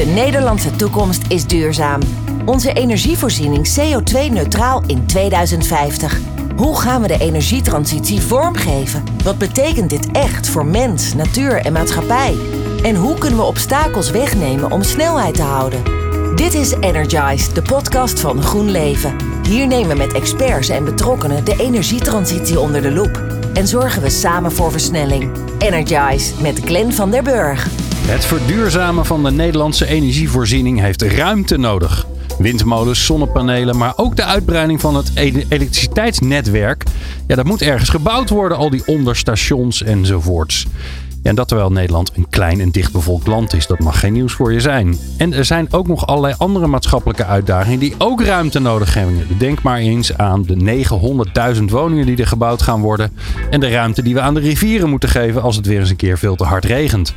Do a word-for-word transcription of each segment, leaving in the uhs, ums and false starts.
Nederlandse toekomst is duurzaam. Onze energievoorziening C O twee neutraal in tweeduizend vijftig. Hoe gaan we de energietransitie vormgeven? Wat betekent dit echt voor mens, natuur en maatschappij? En hoe kunnen we obstakels wegnemen om snelheid te houden? Dit is Energize, de podcast van Groen Leven. Hier nemen we met experts en betrokkenen de energietransitie onder de loep. En zorgen we samen voor versnelling. Energize met Glenn van der Burg. Het verduurzamen van de Nederlandse energievoorziening heeft ruimte nodig. Windmolens, zonnepanelen, maar ook de uitbreiding van het elektriciteitsnetwerk. Ja, dat moet ergens gebouwd worden, al die onderstations enzovoorts. Ja, en dat terwijl Nederland een klein en dichtbevolkt land is, dat mag geen nieuws voor je zijn. En er zijn ook nog allerlei andere maatschappelijke uitdagingen die ook ruimte nodig hebben. Denk maar eens aan de negenhonderdduizend woningen die er gebouwd gaan worden. En de ruimte die we aan de rivieren moeten geven als het weer eens een keer veel te hard regent.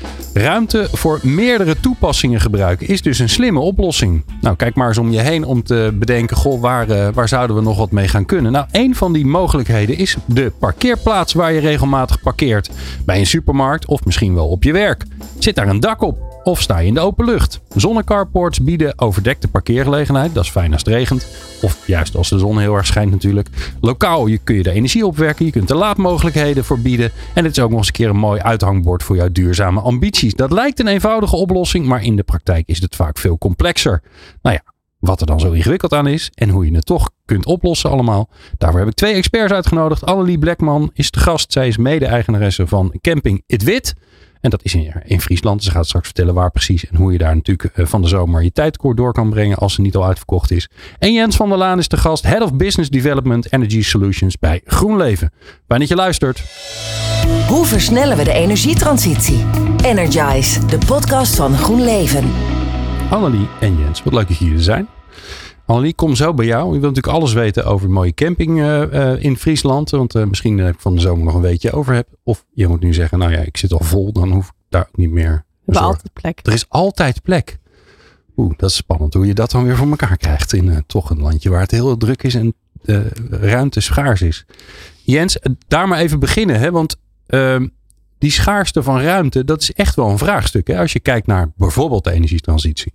Ruimte voor meerdere toepassingen gebruiken is dus een slimme oplossing. Nou, kijk maar eens om je heen om te bedenken, goh, waar, uh, waar zouden we nog wat mee gaan kunnen? Nou, een van die mogelijkheden is de parkeerplaats waar je regelmatig parkeert. Bij een supermarkt of misschien wel op je werk. Zit daar een dak op? Of sta je in de open lucht? Zonnecarports bieden overdekte parkeergelegenheid. Dat is fijn als het regent. Of juist als de zon heel erg schijnt natuurlijk. Lokaal je kun je de energie opwekken. Je kunt er laadmogelijkheden voor bieden. En het is ook nog eens een keer een mooi uithangbord voor jouw duurzame ambities. Dat lijkt een eenvoudige oplossing. Maar in de praktijk is het vaak veel complexer. Nou ja, wat er dan zo ingewikkeld aan is. En hoe je het toch kunt oplossen allemaal. Daarvoor heb ik twee experts uitgenodigd. Annelie Blekman is de gast. Zij is mede-eigenaresse van camping Het Wit. En dat is in, in Friesland. Ze gaat straks vertellen waar precies en hoe je daar natuurlijk van de zomer je tijd door kan brengen als ze niet al uitverkocht is. En Jens van der Laan is de gast, Head of Business Development Energy Solutions bij GroenLeven. Fijn dat je luistert. Hoe versnellen we de energietransitie? Energize, de podcast van GroenLeven. Annelie en Jens, wat leuk dat jullie er zijn. Annelie, kom zo bij jou. Je wilt natuurlijk alles weten over mooie camping uh, uh, in Friesland. Want uh, misschien heb ik van de zomer nog een weetje over heb. Of je moet nu zeggen, nou ja, ik zit al vol. Dan hoef ik daar ook niet meer te We hebben altijd plek. Er is altijd plek. Oeh, dat is spannend hoe je dat dan weer voor elkaar krijgt. In uh, toch een landje waar het heel druk is en uh, ruimte schaars is. Jens, daar maar even beginnen. Hè? Want uh, die schaarste van ruimte, dat is echt wel een vraagstuk. Hè? Als je kijkt naar bijvoorbeeld de energietransitie.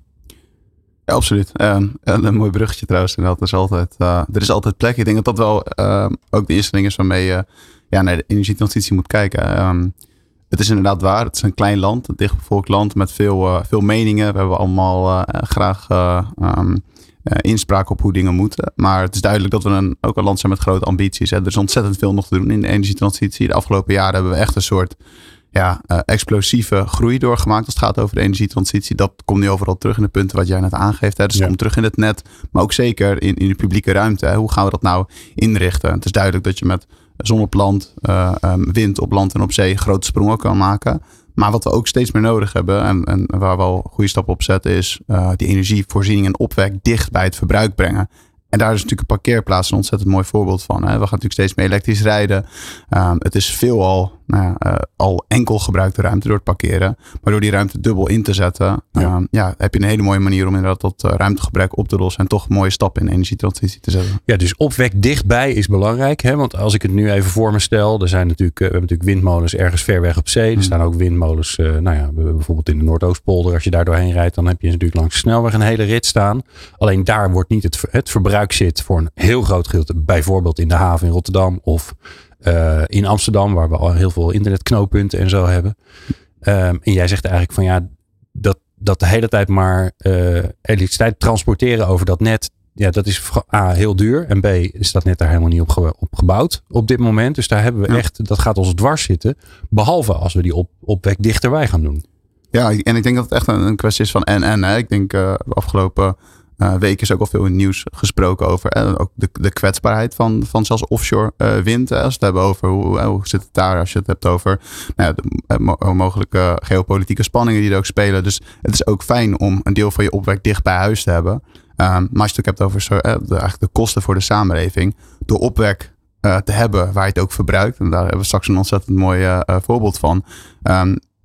Ja, absoluut. Um, een mooi bruggetje trouwens. Er is altijd, uh, er is altijd plek. Ik denk dat dat wel uh, ook de eerste ding is waarmee je ja, naar de energietransitie moet kijken. Um, het is inderdaad waar. Het is een klein land. Een dichtbevolkt land met veel, uh, veel meningen. We hebben allemaal uh, graag uh, um, uh, inspraak op hoe dingen moeten. Maar het is duidelijk dat we een, ook een land zijn met grote ambities. Hè. Er is ontzettend veel nog te doen in de energietransitie. De afgelopen jaren hebben we echt een soort Ja, uh, explosieve groei doorgemaakt als het gaat over de energietransitie. Dat komt nu overal terug in de punten wat jij net aangeeft. Hè. Dus het ja. komt terug in het net, maar ook zeker in, in de publieke ruimte. Hè. Hoe gaan we dat nou inrichten? Het is duidelijk dat je met zonneplant, uh, um, wind op land en op zee grote sprongen kan maken. Maar wat we ook steeds meer nodig hebben en, en waar we al goede stappen op zetten is uh, die energievoorziening en opwek dicht bij het verbruik brengen. En daar is natuurlijk een parkeerplaats een ontzettend mooi voorbeeld van. Hè. We gaan natuurlijk steeds meer elektrisch rijden. Um, het is veelal nou ja, uh, al enkel gebruikte ruimte door het parkeren. Maar door die ruimte dubbel in te zetten, ja. Um, ja, heb je een hele mooie manier om inderdaad dat uh, ruimtegebruik op te lossen. En toch mooie stappen in de energietransitie te zetten. Ja, dus opwek dichtbij is belangrijk. Hè? Want als ik het nu even voor me stel. Er zijn natuurlijk, uh, we hebben natuurlijk windmolens ergens ver weg op zee. Hmm. Er staan ook windmolens, uh, nou ja, bijvoorbeeld in de Noordoostpolder. Als je daar doorheen rijdt, dan heb je natuurlijk langs de snelweg een hele rit staan. Alleen daar wordt niet het, het verbruik zit voor een heel groot gedeelte. Bijvoorbeeld in de haven in Rotterdam of uh, in Amsterdam, waar we al heel veel internetknooppunten en zo hebben. Um, en jij zegt eigenlijk van ja, dat, dat de hele tijd maar uh, elektriciteit transporteren over dat net. Ja, dat is A, heel duur. En B, is dat net daar helemaal niet op, ge- op gebouwd op dit moment. Dus daar hebben we ja. echt, dat gaat ons dwars zitten. Behalve als we die op, opwek dichterbij gaan doen. Ja, en ik denk dat het echt een, een kwestie is van en en. Hè. Ik denk uh, afgelopen Uh, week is ook al veel in nieuws gesproken over eh, ook de, de kwetsbaarheid van, van zelfs offshore uh, wind. Hè, als we het hebben over hoe, uh, hoe zit het daar, als je het hebt over nou ja, de uh, mo- mogelijke geopolitieke spanningen die er ook spelen. Dus het is ook fijn om een deel van je opwek dicht bij huis te hebben. Um, maar als je het ook hebt over zo, uh, de, eigenlijk de kosten voor de samenleving, door opwek uh, te hebben waar je het ook verbruikt. En daar hebben we straks een ontzettend mooi uh, voorbeeld van. Um,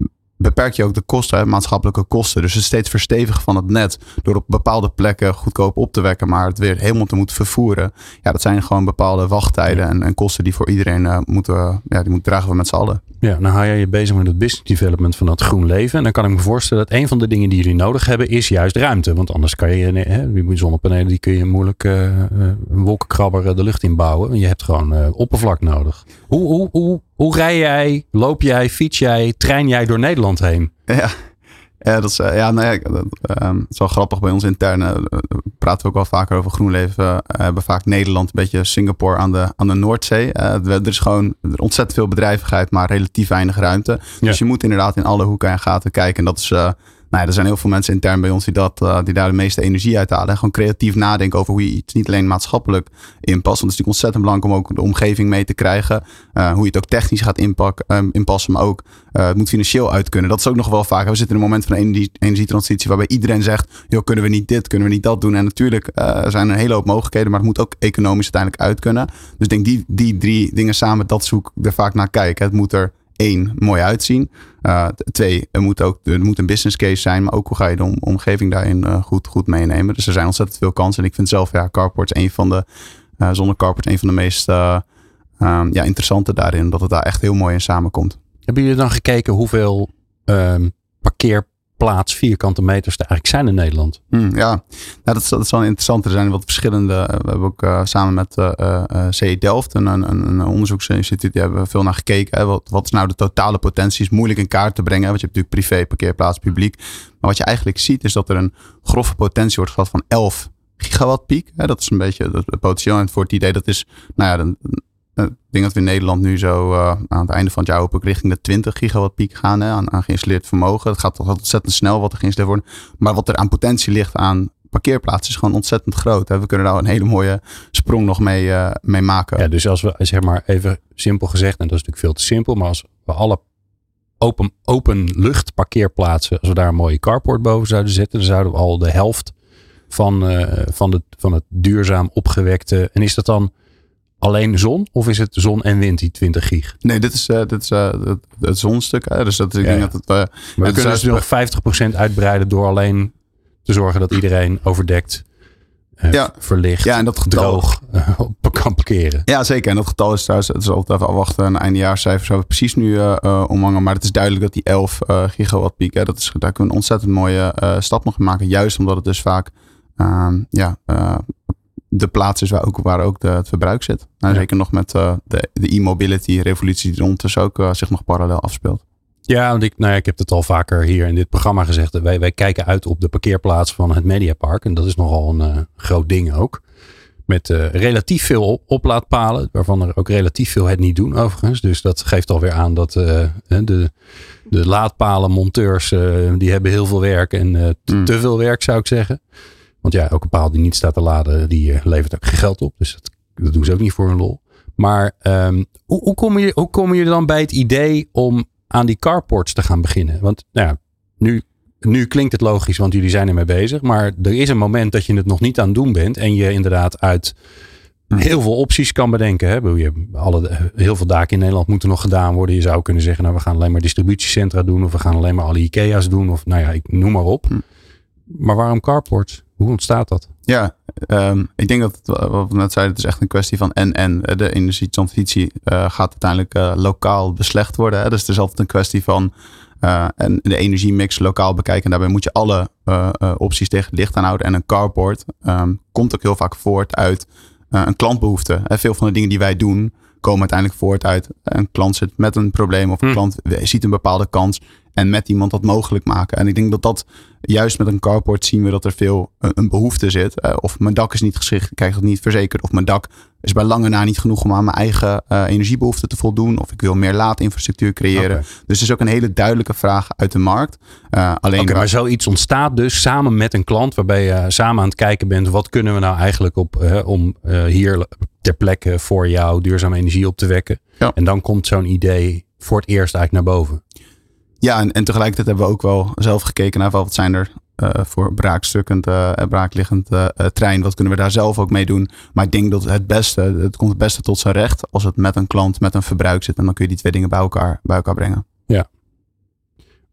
beperk je ook de kosten, hè, maatschappelijke kosten. Dus het steeds verstevigen van het net door op bepaalde plekken goedkoop op te wekken, maar het weer helemaal te moeten vervoeren. Ja, dat zijn gewoon bepaalde wachttijden ja. en, en kosten die voor iedereen uh, moeten, ja, die moeten dragen we met z'n allen. Ja, nou hou jij je bezig met het business development van dat groen leven. En dan kan ik me voorstellen dat een van de dingen die jullie nodig hebben is juist ruimte. Want anders kan je, hè, die zonnepanelen die kun je moeilijk uh, een wolkenkrabber de lucht in bouwen. Je hebt gewoon uh, oppervlak nodig. Hoe, hoe, hoe, hoe rij jij, loop jij, fiets jij, trein jij door Nederland heen? Ja. Ja, dat is, ja, nou ja, dat, um, het is wel grappig bij ons intern. Uh, praten we ook wel vaker over GroenLeven. Uh, we hebben vaak Nederland, een beetje Singapore aan de, aan de Noordzee. Uh, er is gewoon ontzettend veel bedrijvigheid, maar relatief weinig ruimte. Ja. Dus je moet inderdaad in alle hoeken en gaten kijken. En dat is... Uh, Nou ja, er zijn heel veel mensen intern bij ons die, dat, uh, die daar de meeste energie uit halen. En gewoon creatief nadenken over hoe je iets niet alleen maatschappelijk inpast. Want het is natuurlijk ontzettend belangrijk om ook de omgeving mee te krijgen. Uh, hoe je het ook technisch gaat inpak, um, inpassen, maar ook uh, het moet financieel uit kunnen. Dat is ook nog wel vaak. We zitten in een moment van een energie, energietransitie waarbij iedereen zegt, joh, kunnen we niet dit, kunnen we niet dat doen. En natuurlijk uh, zijn er een hele hoop mogelijkheden, maar het moet ook economisch uiteindelijk uit kunnen. Dus ik denk die, die drie dingen samen, dat zoek ik er vaak naar kijken. Het moet er één, mooi uitzien. Uh, twee, er moet ook er moet een business case zijn, maar ook hoe ga je de om, omgeving daarin uh, goed, goed meenemen. Dus er zijn ontzettend veel kansen. En ik vind zelf, ja, carports een van de, uh, zonder carports een van de meest uh, um, ja, interessante daarin, omdat het daar echt heel mooi in samenkomt. Hebben jullie dan gekeken hoeveel um, parkeerplaats vierkante meters er eigenlijk zijn in Nederland? Hmm, ja, nou, dat, is, dat is wel interessant. Er zijn wat verschillende. We hebben ook uh, samen met uh, uh, C E Delft, een, een, een onderzoeksinstituut, die hebben we veel naar gekeken. Hè. Wat, wat is nou de totale potentie? Is moeilijk in kaart te brengen. Want je hebt natuurlijk privé, parkeerplaats, publiek. Maar wat je eigenlijk ziet is dat er een grove potentie wordt gehad van elf gigawatt piek. Hè. Dat is een beetje het potentieel. En voor het idee, dat is, nou ja, dan, ik denk dat we in Nederland nu zo uh, aan het einde van het jaar ook richting de twintig gigawatt piek gaan, hè, aan, aan geïnstalleerd vermogen. Het gaat toch ontzettend snel wat er geïnstalleerd wordt. Maar wat er aan potentie ligt aan parkeerplaatsen is gewoon ontzettend groot. Hè. We kunnen daar een hele mooie sprong nog mee, uh, mee maken. Ja, dus als we, zeg maar even simpel gezegd, en dat is natuurlijk veel te simpel, maar als we alle open, open lucht parkeerplaatsen, als we daar een mooie carport boven zouden zetten, dan zouden we al de helft van, uh, van, de, van het duurzaam opgewekte, en is dat dan alleen zon of is het zon en wind die twintig gig? Nee, dit is, uh, dit is uh, het, het zonstuk. Hè? Dus dat, ik ja, denk ja. dat het, uh, maar we het kunnen dus nog vijftig procent uitbreiden door alleen te zorgen dat iedereen overdekt, uh, ja. verlicht, ja, en dat getal, droog uh, kan parkeren. Ja, zeker. En dat getal is trouwens, het is altijd even afwachten. Een eindejaarscijfer zou het precies nu uh, uh, omhangen. Maar het is duidelijk dat die elf uh, gigawatt piek, hè, dat is, daar kunnen we een ontzettend mooie uh, stap nog in maken. Juist omdat het dus vaak uh, ja, uh, de plaats is waar ook, waar ook de, het verbruik zit. Nou, ja. Zeker nog met uh, de, de e-mobility revolutie die rond dus ook uh, zich nog parallel afspeelt. Ja, want ik, nou ja, ik heb het al vaker hier in dit programma gezegd. Wij, wij kijken uit op de parkeerplaats van het Mediapark. En dat is nogal een uh, groot ding ook. Met uh, relatief veel op, oplaadpalen. Waarvan er ook relatief veel het niet doen overigens. Dus dat geeft alweer aan dat uh, de, de laadpalenmonteurs uh, die hebben heel veel werk. En uh, te, mm. te veel werk zou ik zeggen. Want ja, ook een paal die niet staat te laden, die uh, levert ook geen geld op. Dus dat, dat doen ze ook niet voor hun lol. Maar um, hoe, hoe, kom je, hoe kom je dan bij het idee om aan die carports te gaan beginnen? Want nou ja, nu, nu klinkt het logisch, want jullie zijn ermee bezig. Maar er is een moment dat je het nog niet aan het doen bent. En je inderdaad uit heel veel opties kan bedenken. Hè? Je, alle, heel veel daken in Nederland moeten nog gedaan worden. Je zou kunnen zeggen, nou we gaan alleen maar distributiecentra doen. Of we gaan alleen maar alle Ikea's doen. Of nou ja, ik noem maar op. Hm. Maar waarom carports? Hoe ontstaat dat? Ja, um, ik denk dat het, wat we net zeiden, het is echt een kwestie van en-en. De energietransitie uh, gaat uiteindelijk uh, lokaal beslecht worden. Hè? Dus het is altijd een kwestie van uh, en de energiemix lokaal bekijken. En daarbij moet je alle uh, uh, opties tegen het licht aanhouden. En een carport um, komt ook heel vaak voort uit uh, een klantbehoefte. Hè? Veel van de dingen die wij doen komen uiteindelijk voort uit een klant zit met een probleem of een hm. klant ziet een bepaalde kans. En met iemand dat mogelijk maken. En ik denk dat dat juist met een carport zien we dat er veel uh, een behoefte zit. Uh, of mijn dak is niet geschikt, ik krijg het niet verzekerd. Of mijn dak is bij lange na niet genoeg om aan mijn eigen uh, energiebehoeften te voldoen. Of ik wil meer laadinfrastructuur creëren. Okay. Dus het is ook een hele duidelijke vraag uit de markt. Uh, alleen okay, maar zoiets ontstaat dus samen met een klant. Waarbij je samen aan het kijken bent. Wat kunnen we nou eigenlijk op uh, om uh, hier ter plekke voor jou duurzame energie op te wekken. Ja. En dan komt zo'n idee voor het eerst eigenlijk naar boven. Ja, en, en tegelijkertijd hebben we ook wel zelf gekeken naar wat zijn er uh, voor braakstukkend, uh, braakliggend uh, trein. Wat kunnen we daar zelf ook mee doen? Maar ik denk dat het beste, het komt het beste tot zijn recht als het met een klant, met een verbruik zit. En dan kun je die twee dingen bij elkaar, bij elkaar brengen. Ja.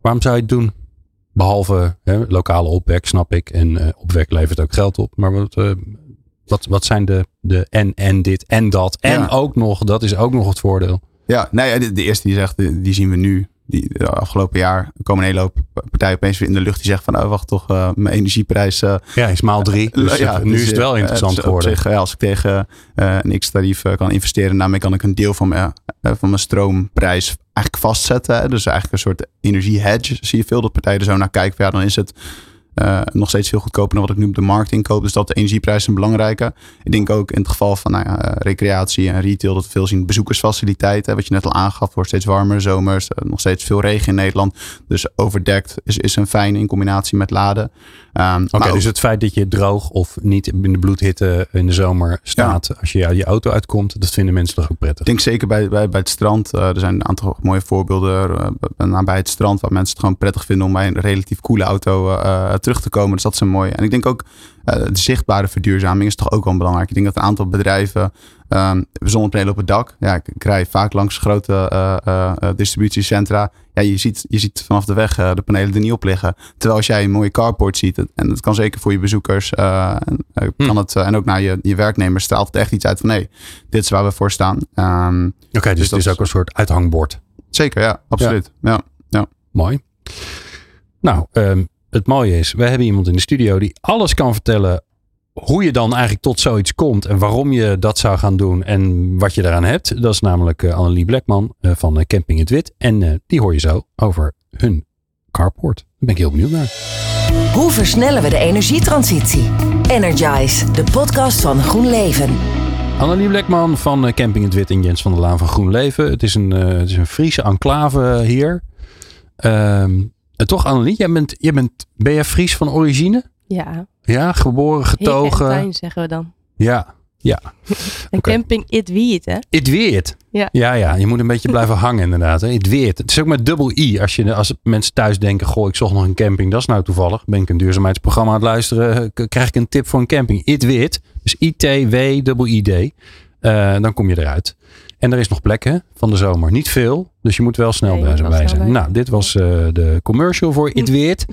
Waarom zou je het doen? Behalve hè, lokale opwek, snap ik. En uh, opwek levert ook geld op. Maar wat, uh, wat, wat zijn de, de en, en dit en dat? En ja. ook nog, dat is ook nog het voordeel. Ja, nee, de, de eerste die zegt, die, die zien we nu. Die, de afgelopen jaar komen een hele hoop partijen opeens weer in de lucht. Die zeggen van, oh, wacht toch, uh, mijn energieprijs. Uh, ja, is maal drie. Dus ja, nu dus, is het wel interessant uh, geworden. Zich, ja, als ik tegen uh, een x-tarief uh, kan investeren, daarmee kan ik een deel van mijn, uh, van mijn stroomprijs eigenlijk vastzetten. Hè? Dus eigenlijk een soort energie-hedge. Zie je veel dat partijen er zo naar kijken. Ja, dan is het uh, nog steeds veel goedkoper dan wat ik nu op de markt inkoop. Dus dat de energieprijs een belangrijke. Ik denk ook in het geval van nou ja, recreatie en retail dat we veel zien. Bezoekersfaciliteiten, wat je net al aangaf, wordt steeds warmer. Zomers, uh, nog steeds veel regen in Nederland. Dus overdekt is, is een fijn in combinatie met laden. Um, Oké, okay, dus het feit dat je droog of niet in de bloedhitte in de zomer staat ja. als je uit je auto uitkomt, dat vinden mensen toch ook prettig? Ik denk zeker bij, bij, bij het strand. Uh, er zijn een aantal mooie voorbeelden uh, bij het strand waar mensen het gewoon prettig vinden om bij een relatief koele auto uh, terug te komen. Dus dat is een mooie. En ik denk ook uh, de zichtbare verduurzaming is toch ook wel belangrijk. Ik denk dat een aantal bedrijven um, zonnepanelen op het dak. Ja, ik, ik rij vaak langs grote uh, uh, distributiecentra. Ja, je ziet, je ziet vanaf de weg uh, de panelen er niet op liggen. Terwijl als jij een mooie carport ziet, en dat kan zeker voor je bezoekers, uh, uh, kan hm. het, uh, en ook naar je, je werknemers, straalt het echt iets uit van nee, dit is waar we voor staan. Um, Oké, okay, dus, dus het is ook een soort uithangbord. Zeker, ja, absoluut. Ja. Ja, ja. Mooi. Nou, um, het mooie is, we hebben iemand in de studio die alles kan vertellen hoe je dan eigenlijk tot zoiets komt en waarom je dat zou gaan doen en wat je daaraan hebt. Dat is namelijk uh, Annelie Blackman uh, van uh, Camping Het Wit. En uh, die hoor je zo over hun carport. Daar ben ik heel benieuwd naar. Hoe versnellen we de energietransitie? Energize, de podcast van Groen Leven. Annelie Blackman van uh, Camping Het Wit en Jens van der Laan van Groen Leven. Het is een, uh, het is een Friese enclave hier. Um, en toch Annelie, jij bent, jij bent, ben jij Fries van origine? Ja. Ja, geboren, getogen. Tuin zeggen we dan. Ja, ja. Een okay. Camping It Weet, hè? It Weet. Ja. ja, ja. Je moet een beetje blijven hangen inderdaad. Hè? It Weet. Het is ook met dubbel I. Als, je, als mensen thuis denken, goh, ik zocht nog een camping. Dat is nou toevallig. Ben ik een duurzaamheidsprogramma aan het luisteren. Krijg ik een tip voor een camping. It Weet. Dus I T W dubbel I D. Uh, dan kom je eruit. En er is nog plek hè, van de zomer. Niet veel. Dus je moet wel snel nee, bij zijn. Bij zijn. Nou, dit was uh, de commercial voor It Weet.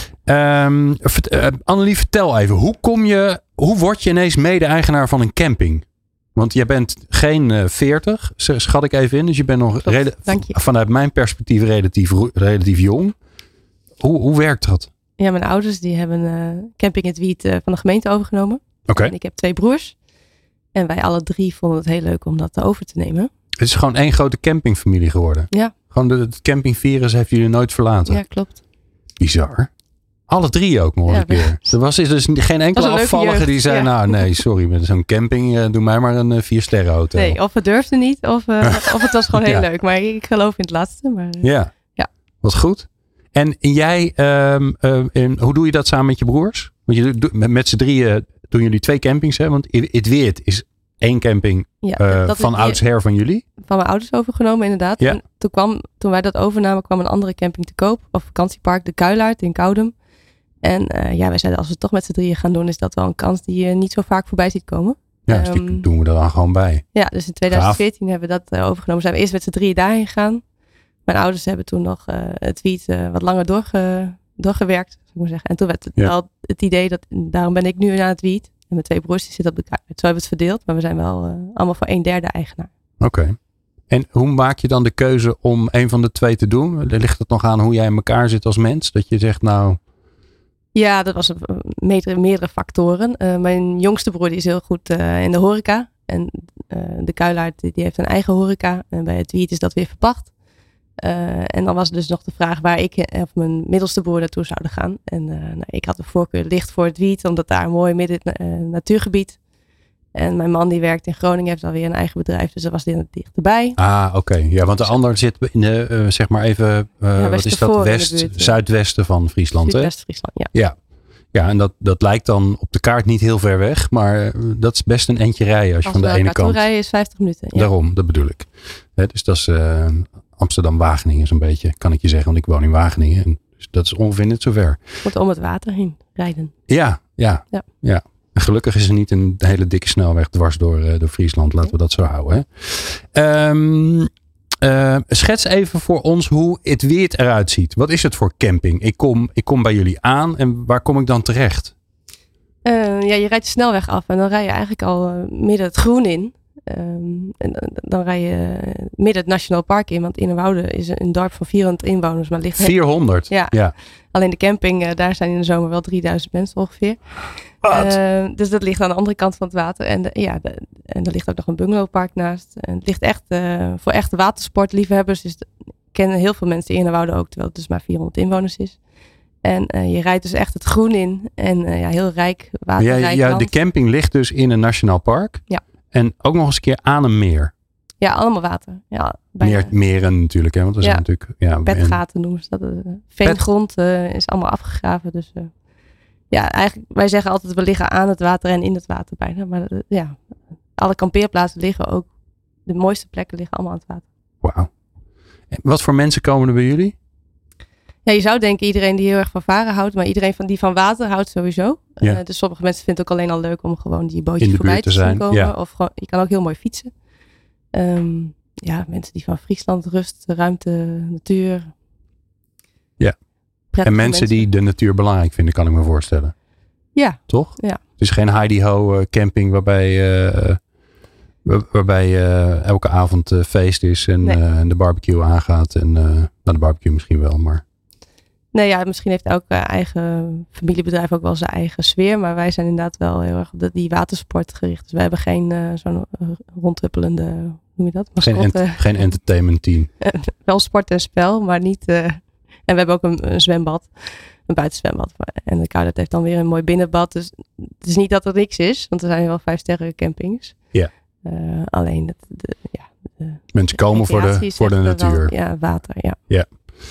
Um, uh, Annelie, vertel even. Hoe kom je, hoe word je ineens mede-eigenaar van een camping? Want jij bent geen uh, veertig, schat ik even in. Dus je bent nog rela- vanuit mijn perspectief relatief, relatief jong. Hoe, hoe werkt dat? Ja, mijn ouders die hebben uh, Camping Het Wiet uh, van de gemeente overgenomen. Oké. Okay. En ik heb twee broers. En wij alle drie vonden het heel leuk om dat over te nemen. Het is gewoon één grote campingfamilie geworden. Ja. Gewoon de, het campingvirus heeft jullie nooit verlaten. Ja, klopt. Bizar. Alle drie ook nog ja, een keer. Er was dus geen enkele afvallige die zei, ja. nou nee, sorry, met zo'n camping, uh, doe mij maar een uh, vier sterren hotel. Nee, of het durfde niet, of, uh, of het was gewoon heel ja. leuk. Maar ik geloof in het laatste. Maar, uh, ja. ja, wat goed. En jij, um, uh, in, hoe doe je dat samen met je broers? Want je, met, met z'n drieën doen jullie twee campings, hè? Want Het Weert is één camping ja, uh, van oudsher van jullie. Van mijn ouders overgenomen, inderdaad. Ja. En toen, kwam, toen wij dat overnamen, kwam een andere camping te koop. Of vakantiepark De Kuilaard in Koudem. En uh, ja, wij zeiden, als we het toch met z'n drieën gaan doen, is dat wel een kans die je niet zo vaak voorbij ziet komen. Ja, dus die um, doen we er dan gewoon bij. Ja, dus in twintig veertien Gaaf. hebben we dat uh, overgenomen. Zijn we eerst met z'n drieën daarheen gegaan. Mijn ouders hebben toen nog uh, het wiet uh, wat langer doorge, doorgewerkt, zou ik maar zeggen. En toen werd het ja. wel het idee dat, daarom ben ik nu aan het wiet. En mijn twee broers die zitten op de kaart. Zo hebben we het verdeeld, maar we zijn wel uh, allemaal voor een derde eigenaar. Oké. Okay. En hoe maak je dan de keuze om een van de twee te doen? Ligt het nog aan hoe jij in elkaar zit als mens? Dat je zegt nou... Ja, dat was meerdere, meerdere factoren. Uh, mijn jongste broer die is heel goed uh, in de horeca. En uh, de Kuilaard die heeft een eigen horeca. En bij het wiet is dat weer verpacht. Uh, en dan was dus nog de vraag waar ik of mijn middelste broer naartoe zouden gaan. En uh, nou, ik had de voorkeur licht voor het wiet, omdat daar een mooi midden uh, natuurgebied. En mijn man die werkt in Groningen, heeft alweer een eigen bedrijf, dus dat was dit dichterbij. Ah, oké. Okay. Ja, want de ander zit in de, uh, zeg maar even, uh, ja, wat is dat? West, buurt, zuidwesten van Friesland, hè? West-Friesland, ja. Ja, ja en dat, dat lijkt dan op de kaart niet heel ver weg, maar uh, dat is best een eentje rijden als je als van de ene kant... rijden is vijftig minuten. Ja. Daarom, dat bedoel ik. Hè, dus dat is uh, Amsterdam-Wageningen zo'n beetje, kan ik je zeggen, want ik woon in Wageningen. En dus dat is ongeveer net zo ver. Moet om het water heen rijden. Ja, ja, ja. ja. Gelukkig is er niet een hele dikke snelweg dwars door, uh, door Friesland. Laten we dat zo houden. Hè? Um, Uh, schets even voor ons hoe het weer eruit ziet. Wat is het voor camping? Ik kom, ik kom bij jullie aan en waar kom ik dan terecht? Uh, ja, je rijdt de snelweg af en dan rij je eigenlijk al uh, midden het groen in. Um, en dan, dan rij je uh, midden het Nationaal Park in. Want Innerwoude is een dorp van vierhonderd inwoners. Maar ligt vierhonderd? Ja. ja. Alleen de camping, uh, daar zijn in de zomer wel drieduizend mensen ongeveer. Uh, dus dat ligt aan de andere kant van het water. En, de, ja, de, en er ligt ook nog een bungalowpark naast. En het ligt echt uh, voor echte watersportliefhebbers. Dus de, kennen heel veel mensen in Innerwoude ook. Terwijl het dus maar vierhonderd inwoners is. En uh, je rijdt dus echt het groen in. En uh, ja, heel rijk, waterrijk ja, ja, land. de camping ligt dus in een nationaal park. Ja. En ook nog eens een keer aan een meer. Ja, allemaal water. Ja, Meer, meren natuurlijk. Hè, want er ja, zijn natuurlijk ja, petgaten noemen ze dat. Uh, veengrond uh, is allemaal afgegraven. Dus uh, ja, eigenlijk, wij zeggen altijd we liggen aan het water en in het water bijna. Maar uh, ja, alle kampeerplaatsen liggen ook. De mooiste plekken liggen allemaal aan het water. Wauw. Wat voor mensen komen er bij jullie? Ja, je zou denken iedereen die heel erg van varen houdt. Maar iedereen van, die van water houdt sowieso. Ja. Uh, dus sommige mensen vinden het ook alleen al leuk om gewoon die bootjes voorbij te, te zijn. zien komen. Ja. Of gewoon, je kan ook heel mooi fietsen. Um, ja, mensen die van Friesland, rust, ruimte, natuur. Ja. En mensen, mensen die de natuur belangrijk vinden, kan ik me voorstellen. Ja. Toch? Ja. Het is geen Heidi-ho camping waarbij, uh, waarbij uh, elke avond uh, feest is en, nee. uh, en de barbecue aangaat. En uh, nou, de barbecue misschien wel, maar... Nee, ja, misschien heeft elke eigen familiebedrijf ook wel zijn eigen sfeer. Maar wij zijn inderdaad wel heel erg op die watersport gericht. Dus we hebben geen uh, zo'n uh, rondhuppelende, hoe noem je dat? Geen, ent- geen entertainment team. Wel sport en spel, maar niet... Uh, en we hebben ook een, een zwembad, een buitenzwembad. En de Kuilert heeft dan weer een mooi binnenbad. Dus het is niet dat er niks is, want er zijn wel vijf sterren campings. Ja. Uh, alleen het... De, ja, de, mensen komen voor de, voor de natuur. Wel, ja, water, ja. Ja.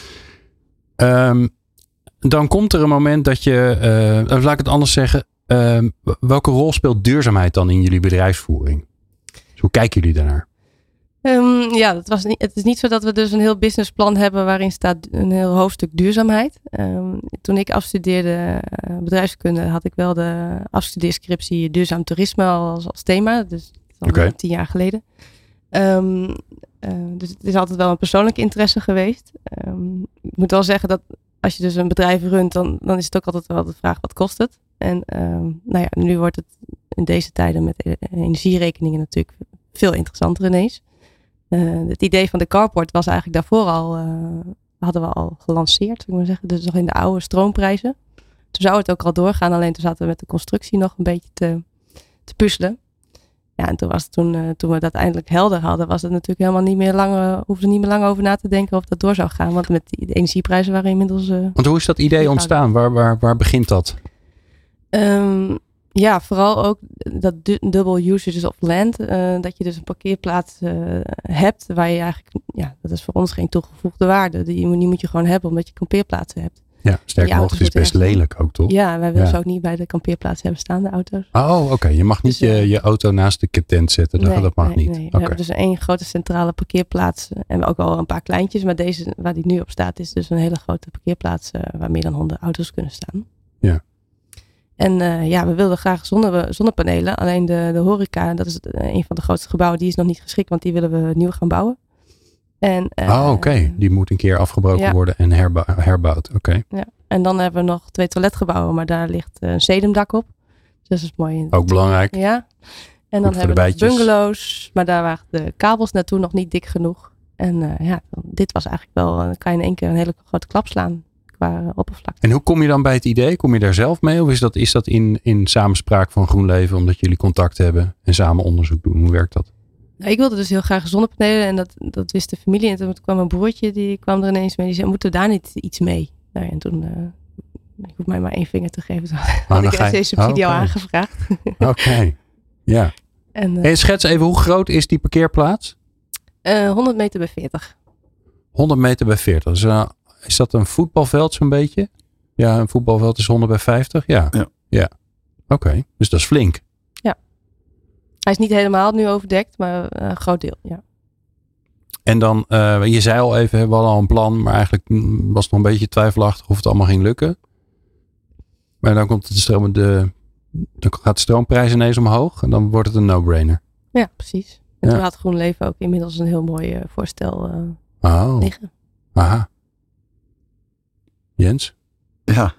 Um, dan komt er een moment dat je, uh, laat ik het anders zeggen, uh, welke rol speelt duurzaamheid dan in jullie bedrijfsvoering? Dus hoe kijken jullie daarnaar? Um, ja, het, was niet, het is niet zo dat we dus een heel businessplan hebben waarin staat een heel hoofdstuk duurzaamheid. Um, toen ik afstudeerde uh, bedrijfskunde had ik wel de afstudeerscriptie duurzaam toerisme als, als thema. Dus dat is al okay. tien jaar geleden. Um, uh, dus het is altijd wel een persoonlijke interesse geweest. Um, ik moet wel zeggen dat als je dus een bedrijf runt, dan, dan is het ook altijd wel de vraag wat kost het. En um, nou ja, nu wordt het in deze tijden met energierekeningen natuurlijk veel interessanter ineens. Uh, het idee van de carport was eigenlijk daarvoor al, uh, hadden we al gelanceerd, zou ik maar zeggen. Dus nog in de oude stroomprijzen. Toen zou het ook al doorgaan, alleen toen zaten we met de constructie nog een beetje te, te puzzelen. Ja, en toen was het toen, uh, toen we dat eindelijk helder hadden, was het natuurlijk helemaal niet meer lang, uh, hoefde er niet meer lang over na te denken of dat door zou gaan. Want met die, de energieprijzen waren inmiddels... Uh, Want hoe is dat idee ontstaan? Waar, waar, waar begint dat? Um, ja, vooral ook dat du- double usages of land. Uh, dat je dus een parkeerplaats uh, hebt waar je eigenlijk... Ja, dat is voor ons geen toegevoegde waarde. Die, die moet je gewoon hebben omdat je kampeerplaatsen hebt. Ja, sterker nog, het is best lelijk ook, toch? Ja, wij willen ja. ze ook niet bij de kampeerplaats hebben staan, de auto's. Oh, oké. Okay. Je mag niet dus, je, je auto naast de tent zetten. Nee, dat mag nee, niet. Nee. We okay. hebben dus één grote centrale parkeerplaats. En ook wel een paar kleintjes. Maar deze, waar die nu op staat, is dus een hele grote parkeerplaats uh, waar meer dan honderd auto's kunnen staan. Ja. En uh, ja, we wilden graag zonne, zonnepanelen. Alleen de, de horeca, dat is het, uh, een van de grootste gebouwen, die is nog niet geschikt. Want die willen we nieuw gaan bouwen. En, uh, oh, oké. Okay. Die moet een keer afgebroken ja. worden en herba- herbouwd. Oké. Okay. Ja. En dan hebben we nog twee toiletgebouwen, maar daar ligt een sedumdak op. Dus dat is mooi. Ook belangrijk. Ja. En dan hebben we nog bungalows, maar daar waren de kabels naartoe nog niet dik genoeg. En uh, ja, dit was eigenlijk wel, dan kan je in één keer een hele grote klap slaan qua oppervlakte. En hoe kom je dan bij het idee? Kom je daar zelf mee? Of is dat, is dat in, in samenspraak van GroenLeven, omdat jullie contact hebben en samen onderzoek doen? Hoe werkt dat? Nou, ik wilde dus heel graag zonnepanelen en dat, dat wist de familie. En toen kwam mijn broertje, die kwam er ineens mee. Die zei, moeten we daar niet iets mee? Nou ja, en toen, uh, ik hoef mij maar één vinger te geven. Toen had ik deze subsidie oh, okay. al aangevraagd. Oké, okay. ja. En, uh, en schets even, hoe groot is die parkeerplaats? Uh, honderd meter bij veertig. honderd meter bij veertig. Dus, uh, is dat een voetbalveld zo'n beetje? Ja, een voetbalveld is honderd bij vijftig. Ja, ja. ja. Oké, okay. Dus dat is flink. Ja. Hij is niet helemaal nu overdekt, maar een uh, groot deel, ja. En dan, uh, je zei al even, we hadden al een plan, maar eigenlijk was het nog een beetje twijfelachtig of het allemaal ging lukken. Maar dan komt de stroom, de, dan gaat de stroomprijs ineens omhoog en dan wordt het een no-brainer. Ja, precies. En Ja. toen had GroenLeven ook inmiddels een heel mooi uh, voorstel uh, Oh. liggen. Aha. Jens? Ja.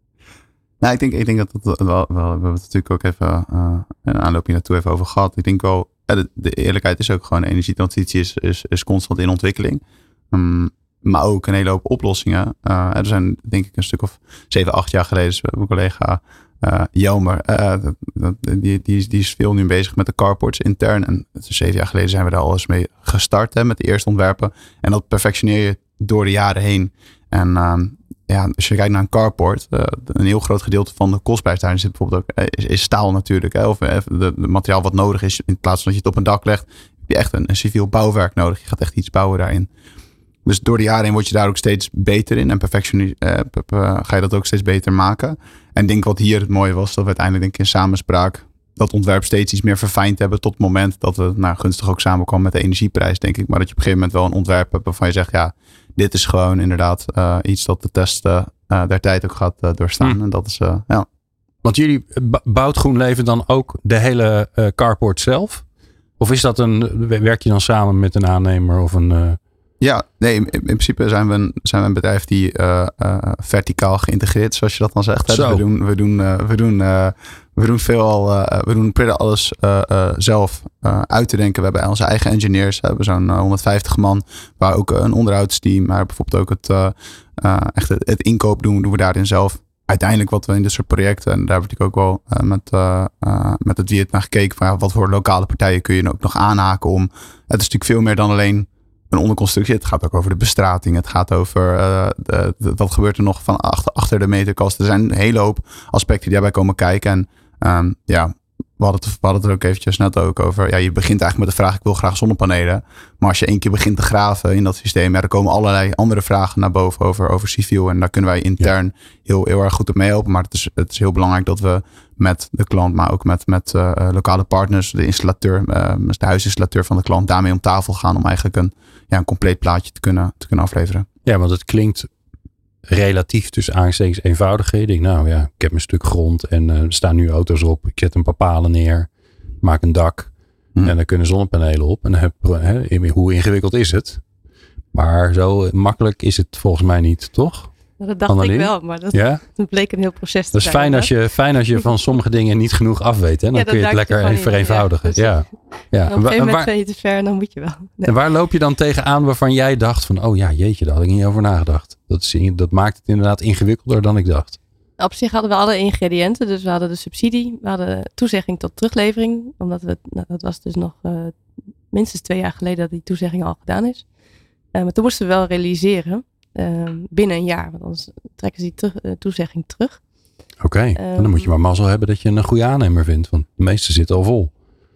Nou, ik denk, ik denk dat het wel, wel, we hebben het natuurlijk ook even uh, een aanloopje naartoe even over gehad. Ik denk wel, ja, de, de eerlijkheid is ook gewoon, de energietransitie is, is, is constant in ontwikkeling. Um, maar ook een hele hoop oplossingen. Uh, er zijn denk ik een stuk of zeven, acht jaar geleden, dus mijn collega uh, Jelmer, uh, dat, dat, die, die, die is veel nu bezig met de carports intern. En zeven jaar geleden zijn we daar al eens mee gestart hè, met de eerste ontwerpen. En dat perfectioneer je door de jaren heen. En um, ja, als je kijkt naar een carport, uh, een heel groot gedeelte van de kostprijs daarin zit bijvoorbeeld ook, is, is staal natuurlijk. Hè, of uh, de, de materiaal wat nodig is, in plaats van dat je het op een dak legt, heb je echt een, een civiel bouwwerk nodig. Je gaat echt iets bouwen daarin. Dus door de jaren heen word je daar ook steeds beter in. En perfectionie, uh, uh, ga je dat ook steeds beter maken. En ik denk wat hier het mooie was, dat we uiteindelijk denk ik in samenspraak dat ontwerp steeds iets meer verfijnd hebben. Tot het moment dat we nou, gunstig ook samenkwam met de energieprijs, denk ik. Maar dat je op een gegeven moment wel een ontwerp hebt waarvan je zegt, ja, dit is gewoon inderdaad uh, iets dat de test uh, uh, der tijd ook gaat uh, doorstaan. Hmm. En dat is, uh, ja. Want jullie bouwt GroenLeven dan ook de hele uh, carport zelf? Of is dat een, werk je dan samen met een aannemer of een... Uh... Ja, nee, in, in principe zijn we, een, zijn we een bedrijf die uh, uh, verticaal geïntegreerd is, zoals je dat dan zegt. Dus we doen, we doen, uh, we doen, uh, we doen veel, uh, we doen pretty alles uh, uh, zelf uh, uit te denken. We hebben onze eigen engineers, we hebben zo'n uh, honderdvijftig man, waar ook een onderhoudsteam, maar bijvoorbeeld ook het, uh, uh, echt het, het inkoop doen, doen we daarin zelf. Uiteindelijk wat we in dit soort projecten, en daar heb ik ook wel uh, met, uh, uh, met het Wiert naar gekeken, van ja, wat voor lokale partijen kun je ook nog aanhaken om. Het is natuurlijk veel meer dan alleen een onderconstructie. Het gaat ook over de bestrating. Het gaat over uh, de, de, wat gebeurt er nog van achter, achter de meterkast. Er zijn een hele hoop aspecten die daarbij komen kijken. En um, ja, we hadden, het, we hadden het er ook eventjes net ook over. Ja, je begint eigenlijk met de vraag, ik wil graag zonnepanelen. Maar als je één keer begint te graven in dat systeem, ja, er komen allerlei andere vragen naar boven over, over civiel. En daar kunnen wij intern ja. heel, heel erg goed op meehelpen. Maar het is, het is heel belangrijk dat we met de klant, maar ook met, met uh, lokale partners, de installateur, uh, de huisinstallateur van de klant, daarmee om tafel gaan om eigenlijk een, ja, een compleet plaatje te kunnen, te kunnen afleveren. Ja, want het klinkt relatief tussen aanstekens eenvoudiger. Je denkt, nou ja, ik heb een stuk grond en uh, er staan nu auto's op. Ik zet een paar palen neer, maak een dak hmm. en dan kunnen zonnepanelen op. En dan heb, hè, hoe ingewikkeld is het? Maar zo makkelijk is het volgens mij niet, toch? Dat dacht Annelien? ik wel, maar dat, ja? dat bleek een heel proces te dat is zijn. fijn als, je, fijn als je van sommige dingen niet genoeg af weet. Hè? Dan ja, kun je het lekker even vereenvoudigen. Ja, ja. Ja. Op een gegeven moment ben je te ver en dan moet je wel. Nee. En waar loop je dan tegenaan waarvan jij dacht van, oh ja, jeetje, daar had ik niet over nagedacht. Dat, is, dat maakt het inderdaad ingewikkelder dan ik dacht. Op zich hadden we alle ingrediënten. Dus we hadden de subsidie, we hadden toezegging tot teruglevering. Omdat we, nou, dat was dus nog uh, minstens twee jaar geleden dat die toezegging al gedaan is. Uh, maar toen moesten we wel realiseren. Uh, binnen een jaar, want anders trekken ze die terug, uh, toezegging terug. Oké, okay. um, dan moet je maar mazzel hebben dat je een goede aannemer vindt, want de meeste zitten al vol.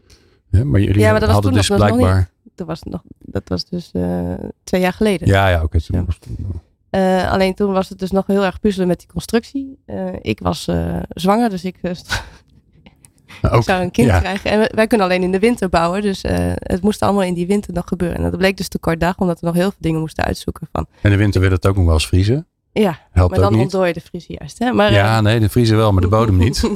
Ja, maar jullie ja, maar dat hadden was dus blijkbaar... Nog dat, was nog, dat was dus uh, twee jaar geleden. Ja, ja, oké. Okay. Ja. Uh, alleen toen was het dus nog heel erg puzzelen met die constructie. Uh, ik was uh, zwanger, dus ik, uh, ik zou een kind ja. krijgen. En wij kunnen alleen in de winter bouwen. Dus uh, het moest allemaal in die winter nog gebeuren. En dat bleek dus te kort dag, omdat we nog heel veel dingen moesten uitzoeken. Van. En de winter wil het ook nog wel eens vriezen? Ja, helpt maar dan niet. ontdooi je de vriezen juist. Hè? Maar, ja, uh, nee, de vriezen wel, maar de bodem niet.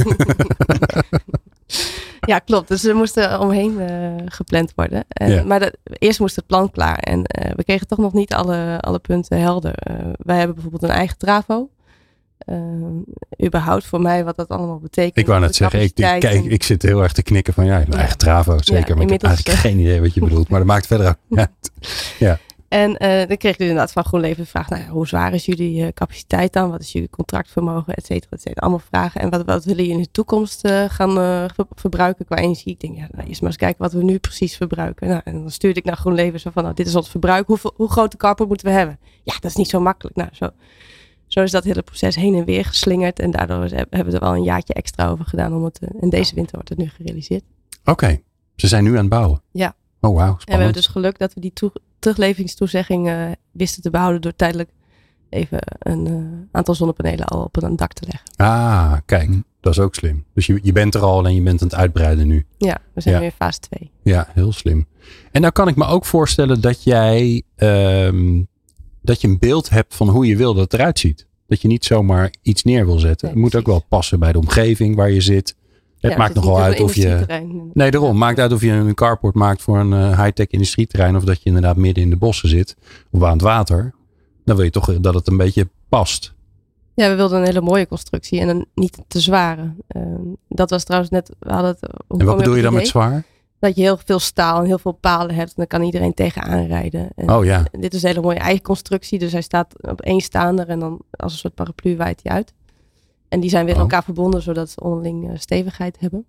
Ja, klopt. Dus er moesten omheen uh, gepland worden. En, ja. Maar de, eerst moest het plan klaar. En uh, we kregen toch nog niet alle, alle punten helder. Uh, wij hebben bijvoorbeeld een eigen trafo. Uh, überhaupt voor mij wat dat allemaal betekent. Ik wou net zeggen, ik, kijk, en... ik zit heel erg te knikken van ja, een ja. eigen trafo zeker. Ja, maar ik heb eigenlijk geen idee wat je bedoelt. Maar dat maakt verder ook uit. Ja. En uh, dan kreeg ik dus inderdaad van GroenLeven de vraag, nou ja, hoe zwaar is jullie uh, capaciteit dan? Wat is jullie contractvermogen, et cetera, et cetera. Allemaal vragen. En wat, wat willen jullie in de toekomst uh, gaan uh, ver, verbruiken qua energie? Ik denk, ja, nou, eerst maar eens kijken wat we nu precies verbruiken. Nou, en dan stuurde ik naar GroenLeven zo van, nou, dit is ons verbruik. Hoeveel, hoe grote carport moeten we hebben? Ja, dat is niet zo makkelijk. Nou, zo, zo is dat hele proces heen en weer geslingerd. En daardoor hebben we er wel een jaartje extra over gedaan. Om het, uh, en deze winter wordt het nu gerealiseerd. Oké, okay. Ze zijn nu aan het bouwen? Ja. Oh, wauw, spannend. En we hebben dus geluk dat we die toe, teruglevingstoezegging uh, wisten te behouden door tijdelijk even een uh, aantal zonnepanelen al op een dak te leggen. Ah, kijk, dat is ook slim. Dus je, je bent er al en je bent aan het uitbreiden nu. Ja, we zijn ja. nu in fase twee. Ja, heel slim. En nou kan ik me ook voorstellen dat jij um, dat je een beeld hebt van hoe je wil dat het eruit ziet. Dat je niet zomaar iets neer wil zetten. Nee, het moet precies. ook wel passen bij de omgeving waar je zit. Het Ja, maakt het is nogal niet uit een of je... industrieterrein. Nee, daarom. Maakt uit of je een carport maakt voor een uh, high-tech industrieterrein. Of dat je inderdaad midden in de bossen zit. Of aan het water. Dan wil je toch dat het een beetje past. Ja, we wilden een hele mooie constructie. En een niet te zware. Uh, dat was trouwens net... We hadden het, hoe en wat kwam je bedoel op je dan het met idee? zwaar? Dat je heel veel staal en heel veel palen hebt. En dan kan iedereen tegenaan rijden. En Oh ja. Dit is een hele mooie eigen constructie. Dus hij staat op één staander. En dan als een soort paraplu waait hij uit. En die zijn weer Oh. aan elkaar verbonden. Zodat ze onderling uh, stevigheid hebben.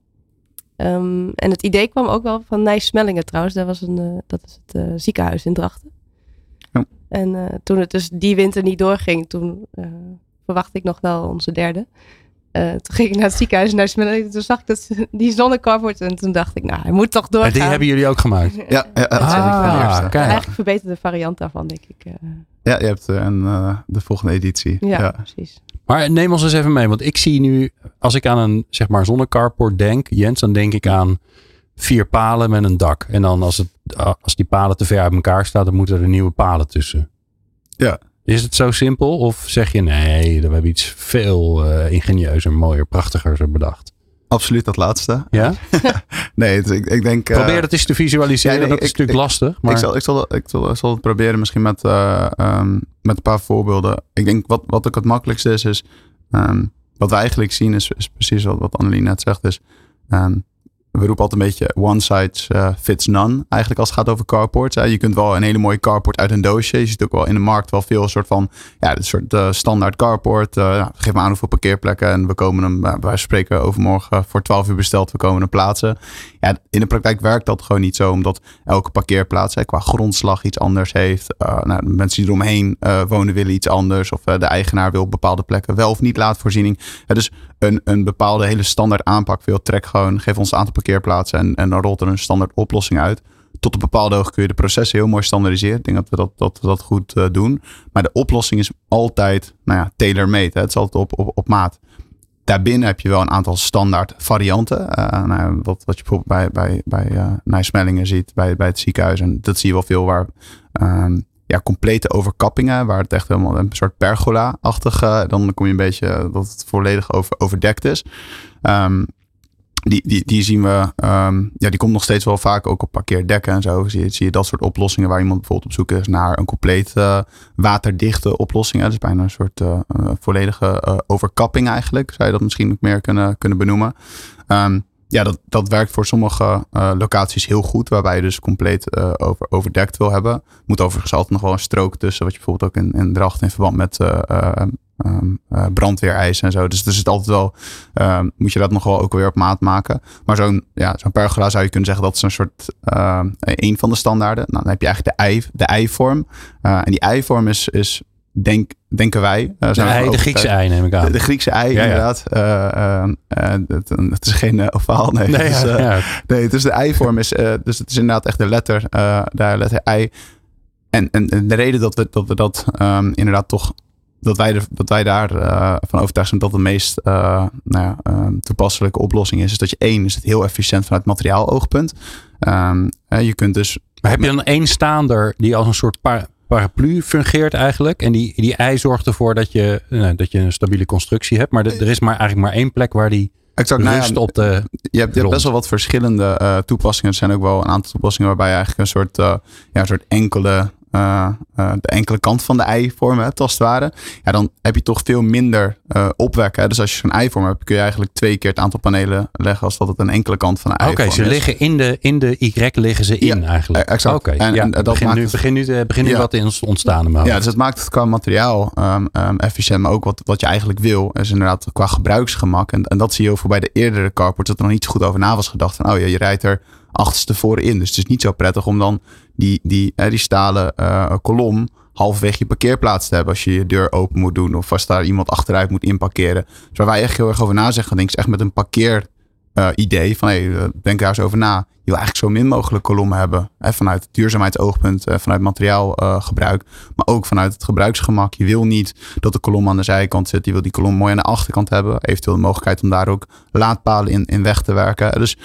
Um, en het idee kwam ook wel van Nijs-Smellingen trouwens. Dat, was een, uh, dat is het uh, ziekenhuis in Drachten. Ja. En uh, toen het dus die winter niet doorging. Toen uh, verwachtte ik nog wel onze derde. Uh, toen ging ik naar het ziekenhuis en Nijs-Smellingen. Toen zag ik dat, die zonnecarport. En toen dacht ik, nou, hij moet toch doorgaan. En die hebben jullie ook gemaakt? Ja, ja, dat Ah, zijn ik van de eerste. kijk. Eigenlijk een verbeterde variant daarvan, denk ik. Uh, Ja, je hebt uh, een, uh, de volgende editie. ja, Ja. precies. Maar neem ons eens even mee. Want ik zie nu, als ik aan een zeg maar zonnecarport denk, Jens, dan denk ik aan vier palen met een dak. En dan als, het, als die palen te ver uit elkaar staan, dan moeten er nieuwe palen tussen. Ja. Is het zo simpel? Of zeg je nee, we hebben iets veel uh, ingenieuzer, mooier, prachtiger bedacht? Absoluut dat laatste. Ja? nee, het, ik, ik denk... Uh, Probeer dat eens te visualiseren. Ja, nee, dat ik, is natuurlijk ik, lastig. Maar... Ik, zal, ik, zal, ik, zal, ik zal het proberen misschien met, uh, um, met een paar voorbeelden. Ik denk wat, wat ook het makkelijkste is, is um, wat we eigenlijk zien is, is precies wat, wat Annelie net zegt. Is, um, we roepen altijd een beetje one size uh, fits none. Eigenlijk als het gaat over carports. Hè. Je kunt wel een hele mooie carport uit een doosje. Je ziet ook wel in de markt wel veel soort van ja, een soort uh, standaard carport. Uh, ja, geef me aan hoeveel parkeerplekken. En we komen hem, uh, bij wijze van spreken, overmorgen voor twaalf uur besteld. We komen hem plaatsen. Ja, in de praktijk werkt dat gewoon niet zo. Omdat elke parkeerplaats hè, qua grondslag iets anders heeft. Uh, nou, de mensen die eromheen uh, wonen willen iets anders. Of uh, de eigenaar wil op bepaalde plekken wel of niet laatvoorziening. Ja, dus een, een bepaalde hele standaard aanpak. Veel trek gewoon, geef ons een aantal parkeerplaatsen. En, en dan rolt er een standaard oplossing uit. Tot een bepaalde hoogte kun je de processen heel mooi standaardiseren. Ik denk dat we dat, dat, we dat goed uh, doen. Maar de oplossing is altijd nou ja, tailor-made. Hè. Het is altijd op, op, op maat. Daarbinnen heb je wel een aantal standaard varianten. Uh, nou, wat, wat je bijvoorbeeld bij, bij, bij uh, Nijs-Smellingen ziet. Bij, bij het ziekenhuis. En dat zie je wel veel waar... Um, ja, complete overkappingen. Waar het echt helemaal een soort pergola-achtig. Uh, dan kom je een beetje dat het volledig over, overdekt is. Um, Die, die, die zien we, um, ja, die komt nog steeds wel vaak ook op parkeerdekken en zo. Zie je, zie je dat soort oplossingen waar iemand bijvoorbeeld op zoek is naar een compleet uh, waterdichte oplossing. Hè? Dus bijna een soort uh, uh, volledige uh, overkapping eigenlijk. Zou je dat misschien ook meer kunnen, kunnen benoemen. Um, ja, dat, dat werkt voor sommige uh, locaties heel goed. Waarbij je dus compleet uh, over, overdekt wil hebben. Moet overigens altijd nog wel een strook tussen. Wat je bijvoorbeeld ook in, in Drachten in verband met... Uh, uh, Um, uh, brandweereisen en zo. Dus er zit altijd wel, um, moet je dat nog wel ook weer op maat maken. Maar zo'n, ja, zo'n pergola zou je kunnen zeggen dat is een soort, uh, een van de standaarden. Nou, dan heb je eigenlijk de ei, de ei-vorm. Uh, en die ei-vorm is, is denk, denken wij. Uh, de, ei, de Griekse ei neem ik aan. De, de Griekse ei, ja, inderdaad. Ja. Uh, uh, uh, het, het is geen uh, ovaal, nee. Nee, het is, uh, ja, ja. nee, dus de ei-vorm is, uh, dus het is inderdaad echt de letter, uh, de letter ei. En, en, en de reden dat we dat, we dat um, inderdaad toch Dat wij, er, dat wij daar uh, van overtuigd zijn dat de meest uh, nou ja, uh, toepasselijke oplossing is. Is dat je één, is het heel efficiënt vanuit materiaaloogpunt. Um, uh, je kunt dus... Maar heb je dan één staander die als een soort par- paraplu fungeert eigenlijk? En die, die ei zorgt ervoor dat je, uh, dat je een stabiele constructie hebt. Maar de, er is maar eigenlijk maar één plek waar die exact, rust nou ja, op de Je hebt, je hebt best wel wat verschillende uh, toepassingen. Er zijn ook wel een aantal toepassingen waarbij je eigenlijk een soort, uh, ja, een soort enkele... Uh, uh, de enkele kant van de ei-vorm hebt, als het ware. Ja, dan heb je toch veel minder uh, opwekken. Hè? Dus als je zo'n ei-vorm hebt, kun je eigenlijk twee keer het aantal panelen leggen als dat het een enkele kant van de ei-vorm okay, is. Oké, ze liggen in de, in de Y liggen ze in ja, eigenlijk. Exact. Oké, okay. ja, dat begin, maakt nu, het, begin nu, begin nu ja. wat in ontstaan. Maar ja, dus het maakt het qua materiaal um, um, efficiënt, maar ook wat, wat je eigenlijk wil, is inderdaad qua gebruiksgemak. En, en dat zie je ook voor bij de eerdere carports, dat er nog niet zo goed over na was gedacht. Van, oh ja, je rijdt er achterstevoren in. Dus het is niet zo prettig om dan die, die, uh, die stalen uh, kolom halverwege je parkeerplaats te hebben als je je deur open moet doen of als daar iemand achteruit moet inparkeren. Dus waar wij echt heel erg over na zeggen, denk ik, is echt met een parkeer uh, idee van hey, uh, denk daar eens over na. Je wil eigenlijk zo min mogelijk kolommen hebben. Hè, vanuit het duurzaamheidsoogpunt, uh, vanuit materiaalgebruik, uh, maar ook vanuit het gebruiksgemak. Je wil niet dat de kolom aan de zijkant zit. Je wil die kolom mooi aan de achterkant hebben. Eventueel de mogelijkheid om daar ook laadpalen in, in weg te werken. Dus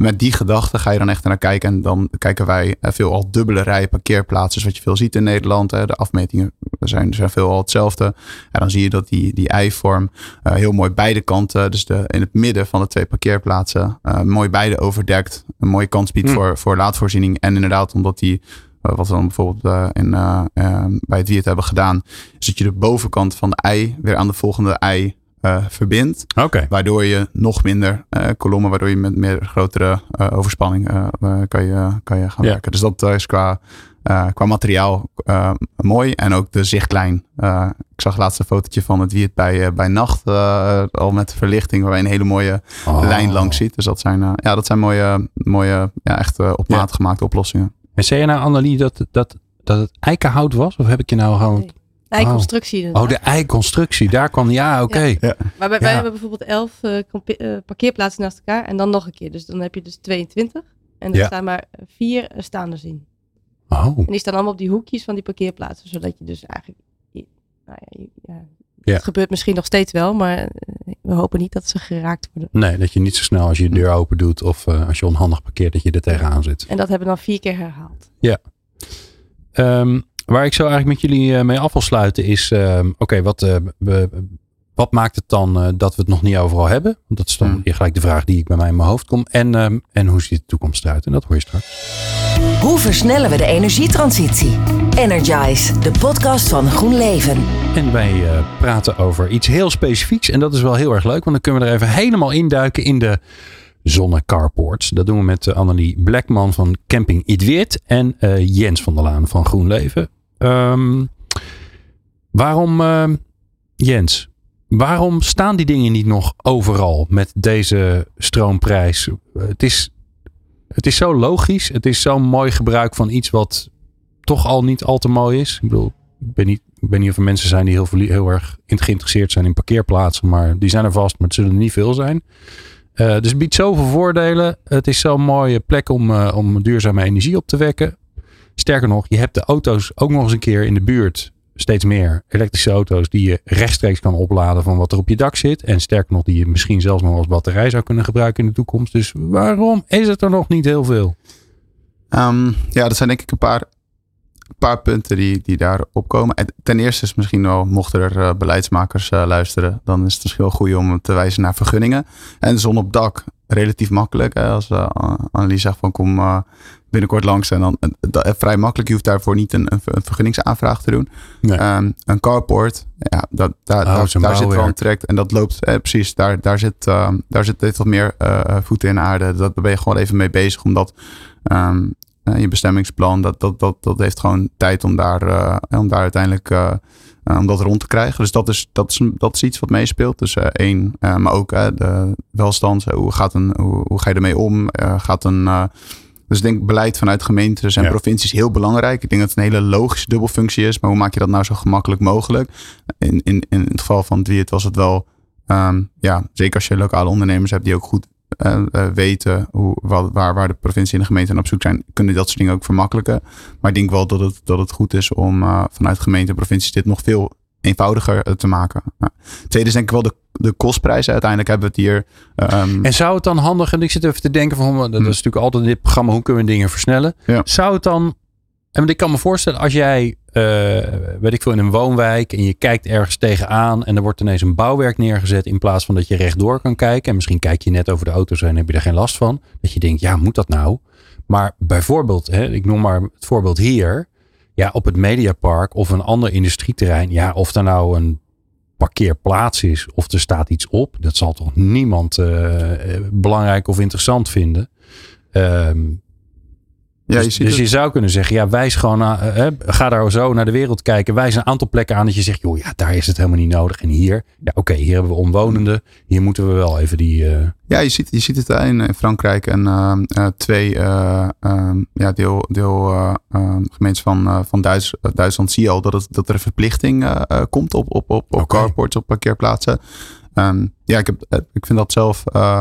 met die gedachte ga je dan echt naar kijken. En dan kijken wij veel al dubbele rijen parkeerplaatsen. Wat je veel ziet in Nederland. Hè. De afmetingen zijn, zijn veel al hetzelfde. En dan zie je dat die, die ei-vorm uh, heel mooi beide kanten. Dus de, in het midden van de twee parkeerplaatsen. Uh, mooi beide overdekt. Een mooie kans biedt mm. voor, voor laadvoorziening. En inderdaad omdat die... Wat we dan bijvoorbeeld uh, in, uh, uh, bij het Wiert hebben gedaan. Is dat je de bovenkant van de ei weer aan de volgende ei uh, verbindt. Okay. Waardoor je nog minder uh, kolommen, waardoor je met meer grotere uh, overspanning uh, uh, kan, je, kan je gaan ja. werken. Dus dat uh, is qua, uh, qua materiaal uh, mooi. En ook de zichtlijn. Uh, ik zag laatst een fotootje van het Wiert bij, uh, bij nacht. Uh, al met verlichting, waar je een hele mooie oh. lijn langs ziet. Dus dat zijn, uh, ja, dat zijn mooie, mooie ja, echt uh, op maat ja. gemaakte oplossingen. En zei je nou, Annelie, dat, dat, dat het eikenhout was? Of heb ik je nou gewoon... Nee. Eiconstructie. Oh, oh de eiconstructie. Daar kwam... Ja, oké. Okay. Ja. Maar wij, ja. wij hebben bijvoorbeeld elf uh, compi- uh, parkeerplaatsen naast elkaar. En dan nog een keer. Dus dan heb je dus tweeëntwintig. En er ja. staan maar vier uh, staanders in. Oh. En die staan allemaal op die hoekjes van die parkeerplaatsen. Zodat je dus eigenlijk... Nou ja, ja, ja. Het gebeurt misschien nog steeds wel. Maar uh, we hopen niet dat ze geraakt worden. Nee, dat je niet zo snel als je de deur open doet. Of uh, als je onhandig parkeert, dat je er tegenaan zit. En dat hebben we dan vier keer herhaald. Ja. Um, Waar ik zo eigenlijk met jullie uh, mee af wil sluiten is... Uh, Oké, okay, wat, uh, wat maakt het dan uh, dat we het nog niet overal hebben? Want dat is dan mm. gelijk de vraag die ik bij mij in mijn hoofd kom. En, um, en hoe ziet de toekomst eruit? En dat hoor je straks. Hoe versnellen we de energietransitie? Energize, de podcast van GroenLeven. En wij uh, praten over iets heel specifieks. En dat is wel heel erg leuk. Want dan kunnen we er even helemaal induiken in de... zonnecarports. Dat doen we met uh, Annelie Blackman van Camping Idweert en uh, Jens van der Laan van GroenLeven. Um, waarom, uh, Jens, waarom staan die dingen niet nog overal met deze stroomprijs? Uh, het is, het is zo logisch. Het is zo'n mooi gebruik van iets wat toch al niet al te mooi is. Ik bedoel, ik ben niet, ik weet niet of er mensen zijn die heel, heel erg geïnteresseerd zijn in parkeerplaatsen, maar die zijn er vast, maar het zullen er niet veel zijn. Uh, dus het biedt zoveel voordelen. Het is zo'n mooie plek om, uh, om duurzame energie op te wekken. Sterker nog, je hebt de auto's ook nog eens een keer in de buurt. Steeds meer elektrische auto's die je rechtstreeks kan opladen van wat er op je dak zit. En sterker nog, die je misschien zelfs nog als batterij zou kunnen gebruiken in de toekomst. Dus waarom is het er nog niet heel veel? Um, ja, dat zijn denk ik een paar, een paar punten die, die daar opkomen. En ten eerste is misschien wel, mochten er uh, beleidsmakers uh, luisteren, dan is het misschien wel goed om te wijzen naar vergunningen. En zon op dak, relatief makkelijk. Hè, als uh, Annelie zegt van kom uh, binnenkort langs. En dan uh, vrij makkelijk. Je hoeft daarvoor niet een, een vergunningsaanvraag te doen. Nee. Um, een carport, ja, dat, daar, oh, daar, daar zit wel een traject. En dat loopt, eh, precies, daar, daar zit, uh, daar zit dit wat meer uh, voeten in de aarde. Dat, daar ben je gewoon even mee bezig. Omdat um, uh, je bestemmingsplan, dat, dat, dat, dat heeft gewoon tijd om daar, uh, om daar uiteindelijk... Uh, Uh, om dat rond te krijgen. Dus dat is, dat is, dat is iets wat meespeelt. Dus uh, één, uh, maar ook uh, de welstand. Uh, hoe, gaat een, hoe, hoe ga je ermee om? Uh, gaat een, uh, dus ik denk beleid vanuit gemeentes en ja. provincies heel belangrijk. Ik denk dat het een hele logische dubbelfunctie is. Maar hoe maak je dat nou zo gemakkelijk mogelijk? In, in, in het geval van het Wiert was het wel... Um, ja, zeker als je lokale ondernemers hebt die ook goed uh, uh, weten hoe, wat, waar, waar de provincie en de gemeente aan op zoek zijn, kunnen dat soort dingen ook vermakkelijken. Maar ik denk wel dat het, dat het goed is om uh, vanuit gemeente en provincies dit nog veel eenvoudiger uh, te maken. Uh, tweede is denk ik wel de, de kostprijzen. Uiteindelijk hebben we het hier... Um, en zou het dan handig, en ik zit even te denken van, dat hmm. is natuurlijk altijd in dit programma, hoe kunnen we dingen versnellen? Ja. Zou het dan... En ik kan me voorstellen, als jij, uh, weet ik veel, in een woonwijk en je kijkt ergens tegenaan en er wordt ineens een bouwwerk neergezet in plaats van dat je rechtdoor kan kijken. En misschien kijk je net over de auto's en heb je er geen last van. Dat je denkt, ja, moet dat nou? Maar bijvoorbeeld, hè, ik noem maar het voorbeeld hier, ja, op het Mediapark of een ander industrieterrein, ja, of daar nou een parkeerplaats is of er staat iets op, dat zal toch niemand uh, belangrijk of interessant vinden. Um, Ja, je dus dus je zou kunnen zeggen, ja, wijs gewoon uh, uh, ga daar zo naar de wereld kijken. Wijs een aantal plekken aan dat je zegt, joh, ja, daar is het helemaal niet nodig. En hier, ja, oké, okay, hier hebben we omwonenden. Hier moeten we wel even die... Uh... Ja, je ziet, je ziet het in, in Frankrijk en uh, uh, twee uh, um, ja, deel, deel uh, uh, gemeentes van, uh, van Duits, uh, Duitsland zie je al dat, het, dat er een verplichting uh, uh, komt op, op, op, op okay. carports, op parkeerplaatsen. Um, ja, ik, heb, ik vind dat zelf... Uh,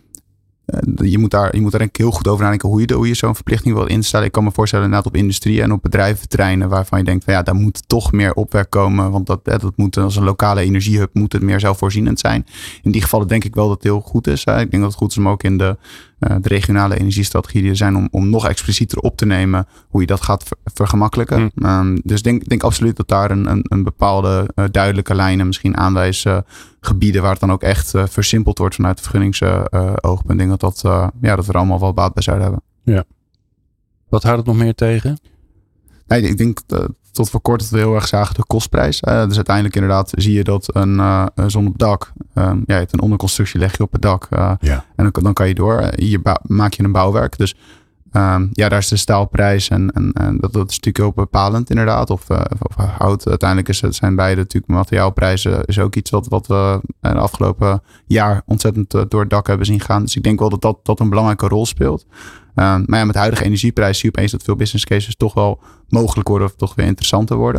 Je moet, daar, je moet daar denk ik heel goed over nadenken hoe je, hoe je zo'n verplichting wil instellen. Ik kan me voorstellen inderdaad op industrie en op bedrijventerreinen waarvan je denkt van ja, daar moet toch meer opwerk komen. Want dat, dat moet als een lokale energiehub moet het meer zelfvoorzienend zijn. In die gevallen denk ik wel dat het heel goed is. Ik denk dat het goed is om ook in de, uh, de regionale energiestrategieën die er zijn om, om nog explicieter op te nemen hoe je dat gaat ver, vergemakkelijken. Mm. Um, dus ik denk, denk absoluut dat daar een, een, een bepaalde uh, duidelijke lijnen, misschien aanwijzen gebieden waar het dan ook echt uh, versimpeld wordt vanuit de vergunningsoogpunt. Uh, ik denk dat, dat, uh, ja, dat we er allemaal wel baat bij zouden hebben. Ja. Wat houdt het nog meer tegen? Nee, ik denk uh, tot voor kort dat we heel erg zagen de kostprijs. Uh, dus uiteindelijk inderdaad zie je dat een uh, zon op dak. Um, ja, je hebt een onderconstructie, leg je op het dak. Uh, ja. En dan, dan kan je door. Uh, hier bouw, maak je een bouwwerk. Dus um, ja, daar is de staalprijs. En, en, en dat, dat is natuurlijk heel bepalend inderdaad. Of, uh, of hout. Uiteindelijk is het, zijn beide natuurlijk materiaalprijzen. Is ook iets wat, wat we de afgelopen jaar ontzettend uh, door het dak hebben zien gaan. Dus ik denk wel dat dat, dat een belangrijke rol speelt. Um, maar ja, met de huidige energieprijs zie je opeens dat veel business cases toch wel mogelijk worden of toch weer interessanter worden.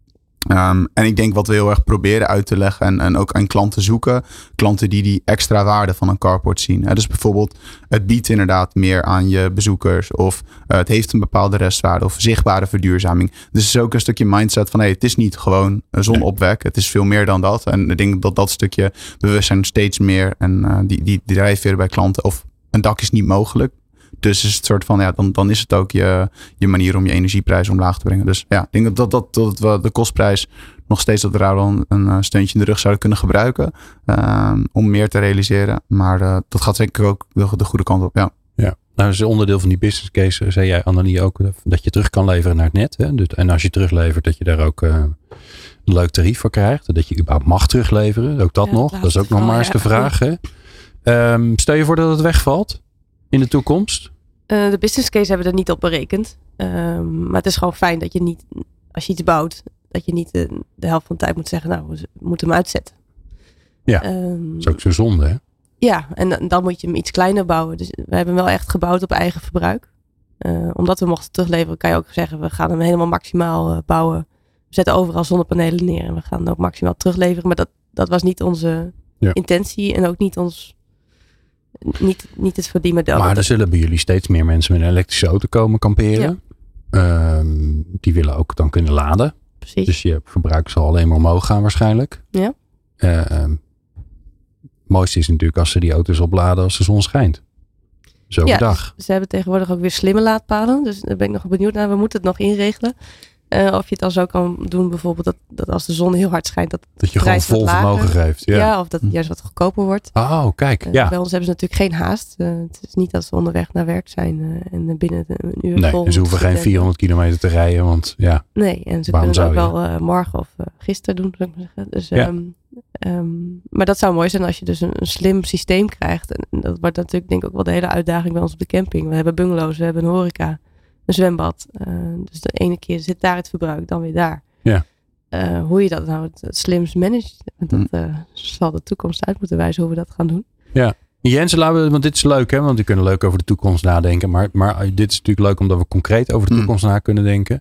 Um, en ik denk wat we heel erg proberen uit te leggen en, en ook aan klanten zoeken. Klanten die die extra waarde van een carport zien. He, dus bijvoorbeeld het biedt inderdaad meer aan je bezoekers. Of uh, het heeft een bepaalde restwaarde of zichtbare verduurzaming. Dus het is ook een stukje mindset van hey, het is niet gewoon een zonopwek. Het is veel meer dan dat. En ik denk dat dat stukje bewustzijn steeds meer en uh, die, die, die drijfveren bij klanten. Of een dak is niet mogelijk. Dus is het soort van, ja, dan, dan is het ook je, je manier om je energieprijs omlaag te brengen. Dus ja, ik denk dat, dat, dat, dat we de kostprijs nog steeds dat we daar wel een, een steuntje in de rug zouden kunnen gebruiken. Uh, om meer te realiseren. Maar uh, dat gaat zeker ook de, de goede kant op, ja. Ja, nou is onderdeel van die business case, zei jij Annelie ook, dat je terug kan leveren naar het net. Hè? Dus, en als je teruglevert, dat je daar ook uh, een leuk tarief voor krijgt. Dat je überhaupt mag terugleveren, ook dat ja, nog. Dat is ook nog maar eens ja. de vraag. Hè? Um, stel je voor dat het wegvalt in de toekomst? Uh, de business case hebben we er niet op berekend. Um, maar het is gewoon fijn dat je niet, als je iets bouwt, dat je niet de, de helft van de tijd moet zeggen, nou, we moeten hem uitzetten. Ja, um, dat is ook zo zonde, hè? Ja, en dan, dan moet je hem iets kleiner bouwen. Dus we hebben hem wel echt gebouwd op eigen verbruik. Uh, omdat we mochten terugleveren, kan je ook zeggen, we gaan hem helemaal maximaal uh, bouwen. We zetten overal zonnepanelen neer en we gaan hem ook maximaal terugleveren. Maar dat, dat was niet onze ja. intentie en ook niet ons... Niet, niet het verdienmodel. Maar er zullen bij jullie steeds meer mensen met een elektrische auto komen kamperen. Ja. Um, die willen ook dan kunnen laden. Precies. Dus je verbruik zal alleen maar omhoog gaan waarschijnlijk. Ja. Uh, um, het mooiste is natuurlijk als ze die auto's opladen als de zon schijnt. Dus overdag. Ja, ze hebben tegenwoordig ook weer slimme laadpalen. Dus daar ben ik nog benieuwd naar. We moeten het nog inregelen. Uh, of je het dan zo kan doen bijvoorbeeld dat, dat als de zon heel hard schijnt. Dat, dat je gewoon vol vermogen geeft. Ja. ja, of dat het juist wat goedkoper wordt. Oh, kijk. Uh, ja. Bij ons hebben ze natuurlijk geen haast. Uh, het is niet dat ze onderweg naar werk zijn uh, en binnen een uur nee, vol. Nee, ze hoeven geen vierhonderd kilometer te rijden. Want ja. Nee, en ze kunnen het ook wel uh, morgen of uh, gisteren doen, zou ik maar zeggen. Dus, ja. um, um, maar dat zou mooi zijn als je dus een, een slim systeem krijgt. En dat wordt natuurlijk denk ik ook wel de hele uitdaging bij ons op de camping. We hebben bungalows, we hebben een horeca. Een zwembad. Uh, dus de ene keer zit daar het verbruik, dan weer daar. Ja. Uh, hoe je dat nou het, het slimst managt, dat uh, zal de toekomst uit moeten wijzen hoe we dat gaan doen. Ja. Jens, laten we, want dit is leuk hè, want we kunnen leuk over de toekomst nadenken. Maar, maar dit is natuurlijk leuk omdat we concreet over de toekomst mm. na kunnen denken.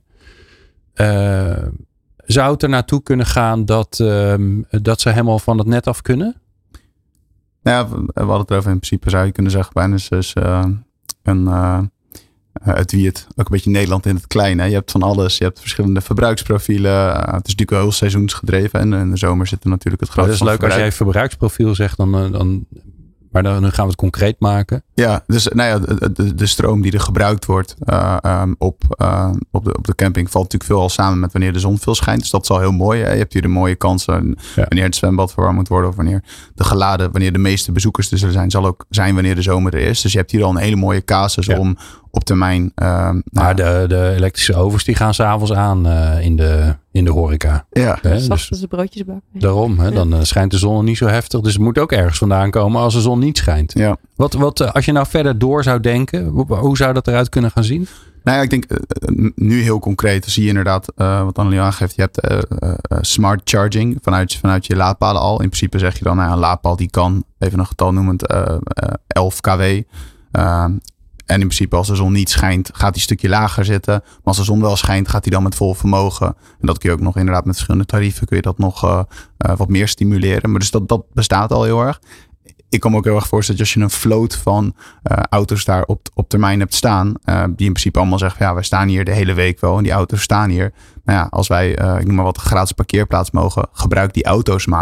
Uh, zou het er naartoe kunnen gaan dat, uh, dat ze helemaal van het net af kunnen? Nou ja, we, we hadden het erover in principe zou je kunnen zeggen bijna dus uh, een... Uh, Uh, het wie het ook een beetje Nederland in het klein. Hè? Je hebt van alles. Je hebt verschillende verbruiksprofielen. Uh, het is natuurlijk wel heel seizoensgedreven. En in de zomer zit er natuurlijk het grootste. Dat is leuk als jij verbruiksprofiel zegt. Dan, dan, maar dan gaan we het concreet maken. Ja, dus nou ja, de, de, de stroom die er gebruikt wordt uh, um, op, uh, op, de, op de camping valt natuurlijk veel al samen met wanneer de zon veel schijnt. Dus dat is al heel mooi. Hè? Je hebt hier de mooie kansen. Ja. Wanneer het zwembad verwarmd moet worden. Of wanneer de geladen, wanneer de meeste bezoekers er zullen zijn. Zal ook zijn wanneer de zomer er is. Dus je hebt hier al een hele mooie casus ja. om op termijn. Uh, maar nou, de, de elektrische ovens die gaan s'avonds aan uh, in, de, in de horeca. Ja. Hè? Dus de broodjes bakken. Daarom, hè? Dan uh, schijnt de zon niet zo heftig. Dus het moet ook ergens vandaan komen als de zon niet schijnt. Ja. Wat, wat, uh, als je nou verder door zou denken, hoe, hoe zou dat eruit kunnen gaan zien? Nou ja, ik denk uh, nu heel concreet zie je inderdaad uh, wat Annelie aangeeft. Je hebt uh, uh, smart charging vanuit, vanuit je laadpalen al. In principe zeg je dan nou, een laadpaal die kan, even een getal noemend, uh, uh, elf kilowatt. Uh, En in principe als de zon niet schijnt, gaat hij een stukje lager zitten. Maar als de zon wel schijnt, gaat hij dan met vol vermogen. En dat kun je ook nog inderdaad met verschillende tarieven kun je dat nog uh, uh, wat meer stimuleren. Maar dus dat, dat bestaat al heel erg. Ik kan me ook heel erg voorstellen dat als je een vloot van uh, auto's daar op, op termijn hebt staan. Uh, die in principe allemaal zeggen, ja, wij staan hier de hele week wel. En die auto's staan hier. Nou ja, als wij, uh, ik noem maar wat, gratis parkeerplaats mogen. Gebruik die auto's maar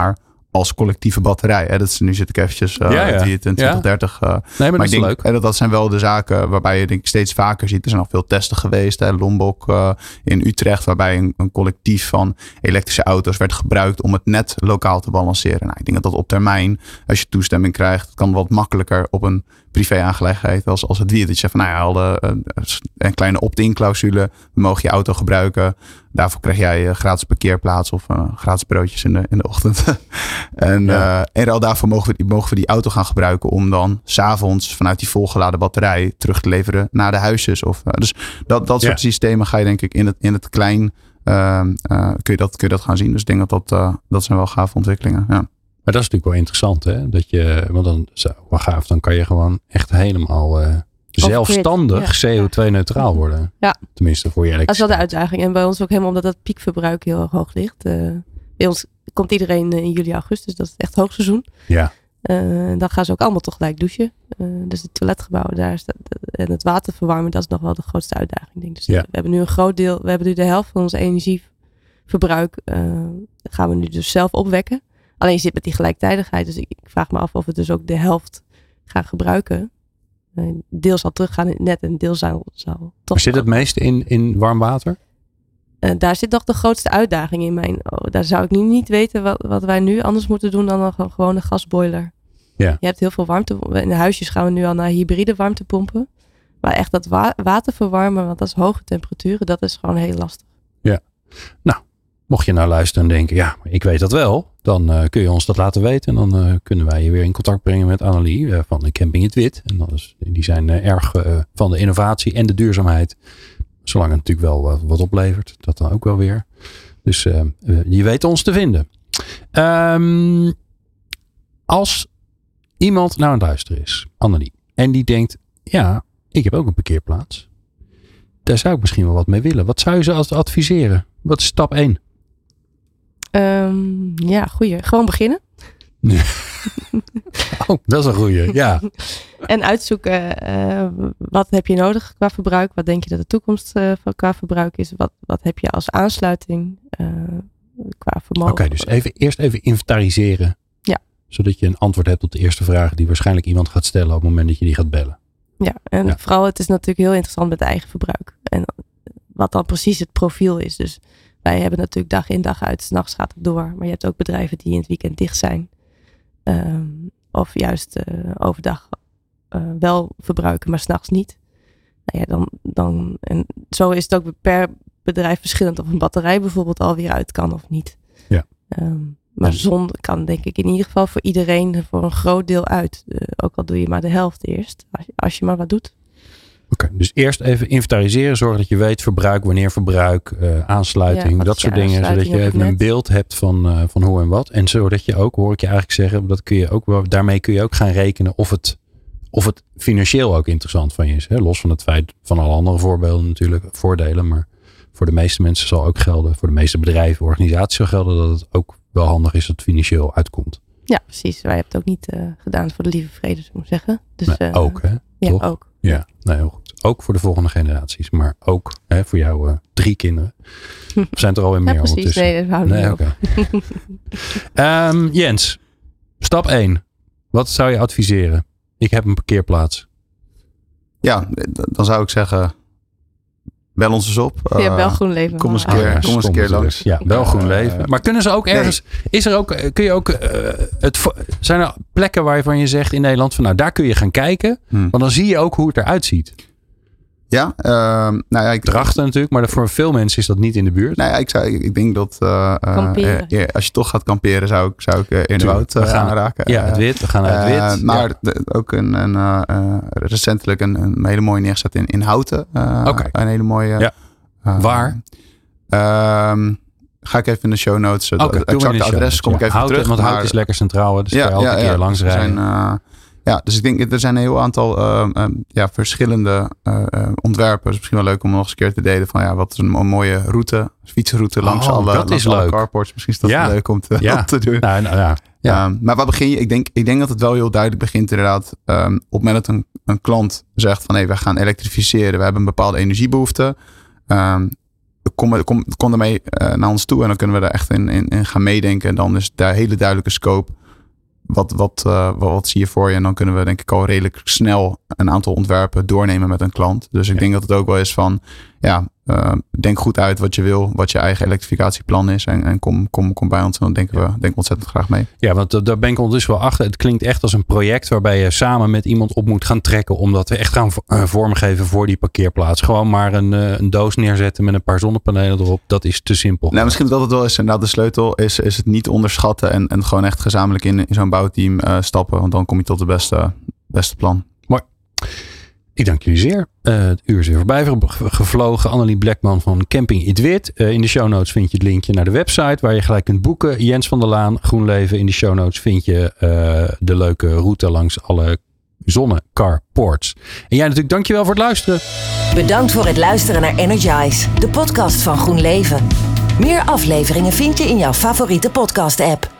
als collectieve batterij. Hè? Dat is, nu zit ik eventjes uh, ja, ja. twintig, ja. dertig. Uh, nee, maar, maar dat ik is denk, leuk. Hè, dat, dat zijn wel de zaken waarbij je denk ik steeds vaker ziet. Er zijn al veel testen geweest. Hè? Lombok uh, in Utrecht, waarbij een, een collectief van elektrische auto's werd gebruikt om het net lokaal te balanceren. Nou, ik denk dat dat op termijn, als je toestemming krijgt, kan wat makkelijker op een privé-aangelegenheid als, als het wier. Dat je zegt van, nou ja, al een, een kleine opt-in clausule, we mogen je auto gebruiken. Daarvoor krijg jij uh, gratis parkeerplaats of uh, gratis broodjes in de, in de ochtend. en ja. uh, en al daarvoor mogen we, die, mogen we die auto gaan gebruiken om dan 's avonds vanuit die volgeladen batterij terug te leveren naar de huisjes. Of, uh, dus dat, dat soort ja. systemen ga je denk ik in het, in het klein uh, uh, kun, je dat, kun je dat gaan zien. Dus ik denk dat dat, uh, dat zijn wel gave ontwikkelingen. Ja. Maar dat is natuurlijk wel interessant, hè? Dat je, want dan, wel gaaf, dan kan je gewoon echt helemaal uh, zelfstandig ja. C O twee neutraal worden. Ja. Tenminste voor je elektriciteit. Dat is wel de uitdaging. En bij ons ook helemaal omdat dat piekverbruik heel erg hoog ligt. Uh, bij ons komt iedereen in juli, augustus. Dat is echt hoogseizoen. Ja. Uh, dan gaan ze ook allemaal tegelijk douchen. Uh, dus de toiletgebouwen daar is dat, en het water verwarmen, dat is nog wel de grootste uitdaging. Denk ik. Dus ja. we hebben nu een groot deel, we hebben nu de helft van ons energieverbruik uh, gaan we nu dus zelf opwekken. Alleen je zit met die gelijktijdigheid. Dus ik, ik vraag me af of we dus ook de helft gaan gebruiken. Uh, deel zal teruggaan in het net en deel zal, zal toch. Maar zit het meeste in, in warm water? Uh, daar zit toch de grootste uitdaging in mijn. Oh, daar zou ik nu niet weten wat, wat wij nu anders moeten doen dan een gewone gasboiler. Ja. Je hebt heel veel warmte. In de huisjes gaan we nu al naar hybride warmtepompen. Maar echt dat wa- water verwarmen, want dat is hoge temperaturen, dat is gewoon heel lastig. Ja. Nou, mocht je nou luisteren en denken, ja, ik weet dat wel. Dan uh, kun je ons dat laten weten. En dan uh, kunnen wij je weer in contact brengen met Annelie uh, van de Camping Het Wit. En dat is, die zijn uh, erg uh, van de innovatie en de duurzaamheid. Zolang het natuurlijk wel wat, wat oplevert. Dat dan ook wel weer. Dus uh, uh, je weet ons te vinden. Um, als iemand nou aan het luisteren is, Annelie. En die denkt, ja, ik heb ook een parkeerplaats. Daar zou ik misschien wel wat mee willen. Wat zou je ze als adviseren? Wat is stap één? Um, ja, goeie. Gewoon beginnen. Oh, dat is een goeie, ja. En uitzoeken, uh, wat heb je nodig qua verbruik? Wat denk je dat de toekomst uh, van qua verbruik is? Wat, wat heb je als aansluiting uh, qua vermogen? Oké, okay, dus even, eerst even inventariseren. Ja. Zodat je een antwoord hebt op de eerste vraag die waarschijnlijk iemand gaat stellen op het moment dat je die gaat bellen. Ja, en ja. vooral het is natuurlijk heel interessant met eigen verbruik. En wat dan precies het profiel is. Dus wij hebben natuurlijk dag in dag uit, 's nachts gaat het door. Maar je hebt ook bedrijven die in het weekend dicht zijn. Um, of juist uh, overdag uh, wel verbruiken, maar 's nachts niet. Nou ja, dan, dan, en zo is het ook per bedrijf verschillend of een batterij bijvoorbeeld alweer uit kan of niet. Ja. Um, maar zon kan denk ik in ieder geval voor iedereen voor een groot deel uit. Uh, ook al doe je maar de helft eerst, als je, als je maar wat doet. Oké, okay, dus eerst even inventariseren. Zorg dat je weet verbruik, wanneer verbruik, uh, aansluiting, ja, dat soort dingen. Zodat je even een beeld hebt van, uh, van hoe en wat. En zodat je ook, hoor ik je eigenlijk zeggen, dat kun je ook wel, daarmee kun je ook gaan rekenen of het, of het financieel ook interessant van je is. Hè? Los van het feit van alle andere voorbeelden natuurlijk, voordelen. Maar voor de meeste mensen zal ook gelden, voor de meeste bedrijven, organisaties zal gelden dat het ook wel handig is dat het financieel uitkomt. Ja, precies. Wij hebben het ook niet uh, gedaan voor de lieve vrede, zou ik zeggen. Dus, nee, uh, ook, hè? Ja, Toch? ook. Ja, nee, heel goed. Ook voor de volgende generaties, maar ook hè, voor jouw uh, drie kinderen. Of zijn er alweer meer ja, precies. ondertussen? Nee, dat houden we nee, niet okay. um, Jens, stap één. Wat zou je adviseren? Ik heb een parkeerplaats. Ja, dan zou ik zeggen, bel ons eens op. Uh, ja, bel GroenLeven. Kom eens een keer, ja, kom eens een keer langs. Ja, bel GroenLeven. Maar kunnen ze ook ergens, nee. is er ook, kun je ook, uh, het, zijn er plekken waarvan je zegt in Nederland van nou daar kun je gaan kijken. Hmm. Want dan zie je ook hoe het eruit ziet. Ja, uh, nou ja. Ik, Drachten natuurlijk, maar voor veel mensen is dat niet in de buurt. Nou ja, ik, zou, ik denk dat uh, uh, ja, als je toch gaat kamperen zou ik, zou ik uh, in de woud uh, gaan raken. Ja, het wit. We gaan naar het wit. Uh, maar ja. de, ook een, een, uh, uh, recentelijk een, een hele mooie neergezet in, in Houten. Uh, okay. Een hele mooie. Ja. Uh, Waar? Uh, ga ik even in de show notes. Okay, het exacte adres kom ja. ik even Houten, terug. Want maar, Hout is lekker centraal. Dus ja, kan je elke ja, keer ja, langs rijden. Zijn, uh, ja, dus ik denk er zijn een heel aantal uh, uh, ja, verschillende uh, uh, ontwerpen. Het is misschien wel leuk om nog eens een keer te delen van ja, wat is een, een mooie route, fietsroute langs oh, alle, dat langs is alle leuk. carports. Misschien is dat ja. leuk om te, ja. om te doen. Nou, nou, ja. Ja. Um, maar waar begin je? Ik denk, ik denk dat het wel heel duidelijk begint inderdaad. Um, op het moment dat een, een klant zegt van hé, hey, we gaan elektrificeren. We hebben een bepaalde energiebehoefte. Um, kom, kom, kom ermee uh, naar ons toe en dan kunnen we daar echt in, in, in gaan meedenken. En dan is daar hele duidelijke scope. Wat, wat, uh, wat, wat zie je voor je? En dan kunnen we denk ik al redelijk snel een aantal ontwerpen doornemen met een klant. Dus ik ja. denk dat het ook wel is van, ja, uh, denk goed uit wat je wil, wat je eigen elektrificatieplan is. En, en kom, kom, kom bij ons en dan denken we, denken we ontzettend graag mee. Ja, want daar ben ik ondertussen wel achter. Het klinkt echt als een project waarbij je samen met iemand op moet gaan trekken. Omdat we echt gaan uh, vormgeven voor die parkeerplaats. Gewoon maar een, uh, een doos neerzetten met een paar zonnepanelen erop. Dat is te simpel. Nou, misschien dat het wel is. Inderdaad, de sleutel is, is het niet onderschatten. En, en gewoon echt gezamenlijk in, in zo'n bouwteam uh, stappen. Want dan kom je tot het beste, beste plan. Mooi. Ik dank jullie zeer. Uh, het uur is weer voorbij gevlogen. Annelie Blackman van Camping It Wit. Uh, in de show notes vind je het linkje naar de website waar je gelijk kunt boeken. Jens van der Laan, GroenLeven. In de show notes vind je uh, de leuke route langs alle zonnecarports. En jij natuurlijk dankjewel voor het luisteren. Bedankt voor het luisteren naar Energize, de podcast van GroenLeven. Meer afleveringen vind je in jouw favoriete podcast app.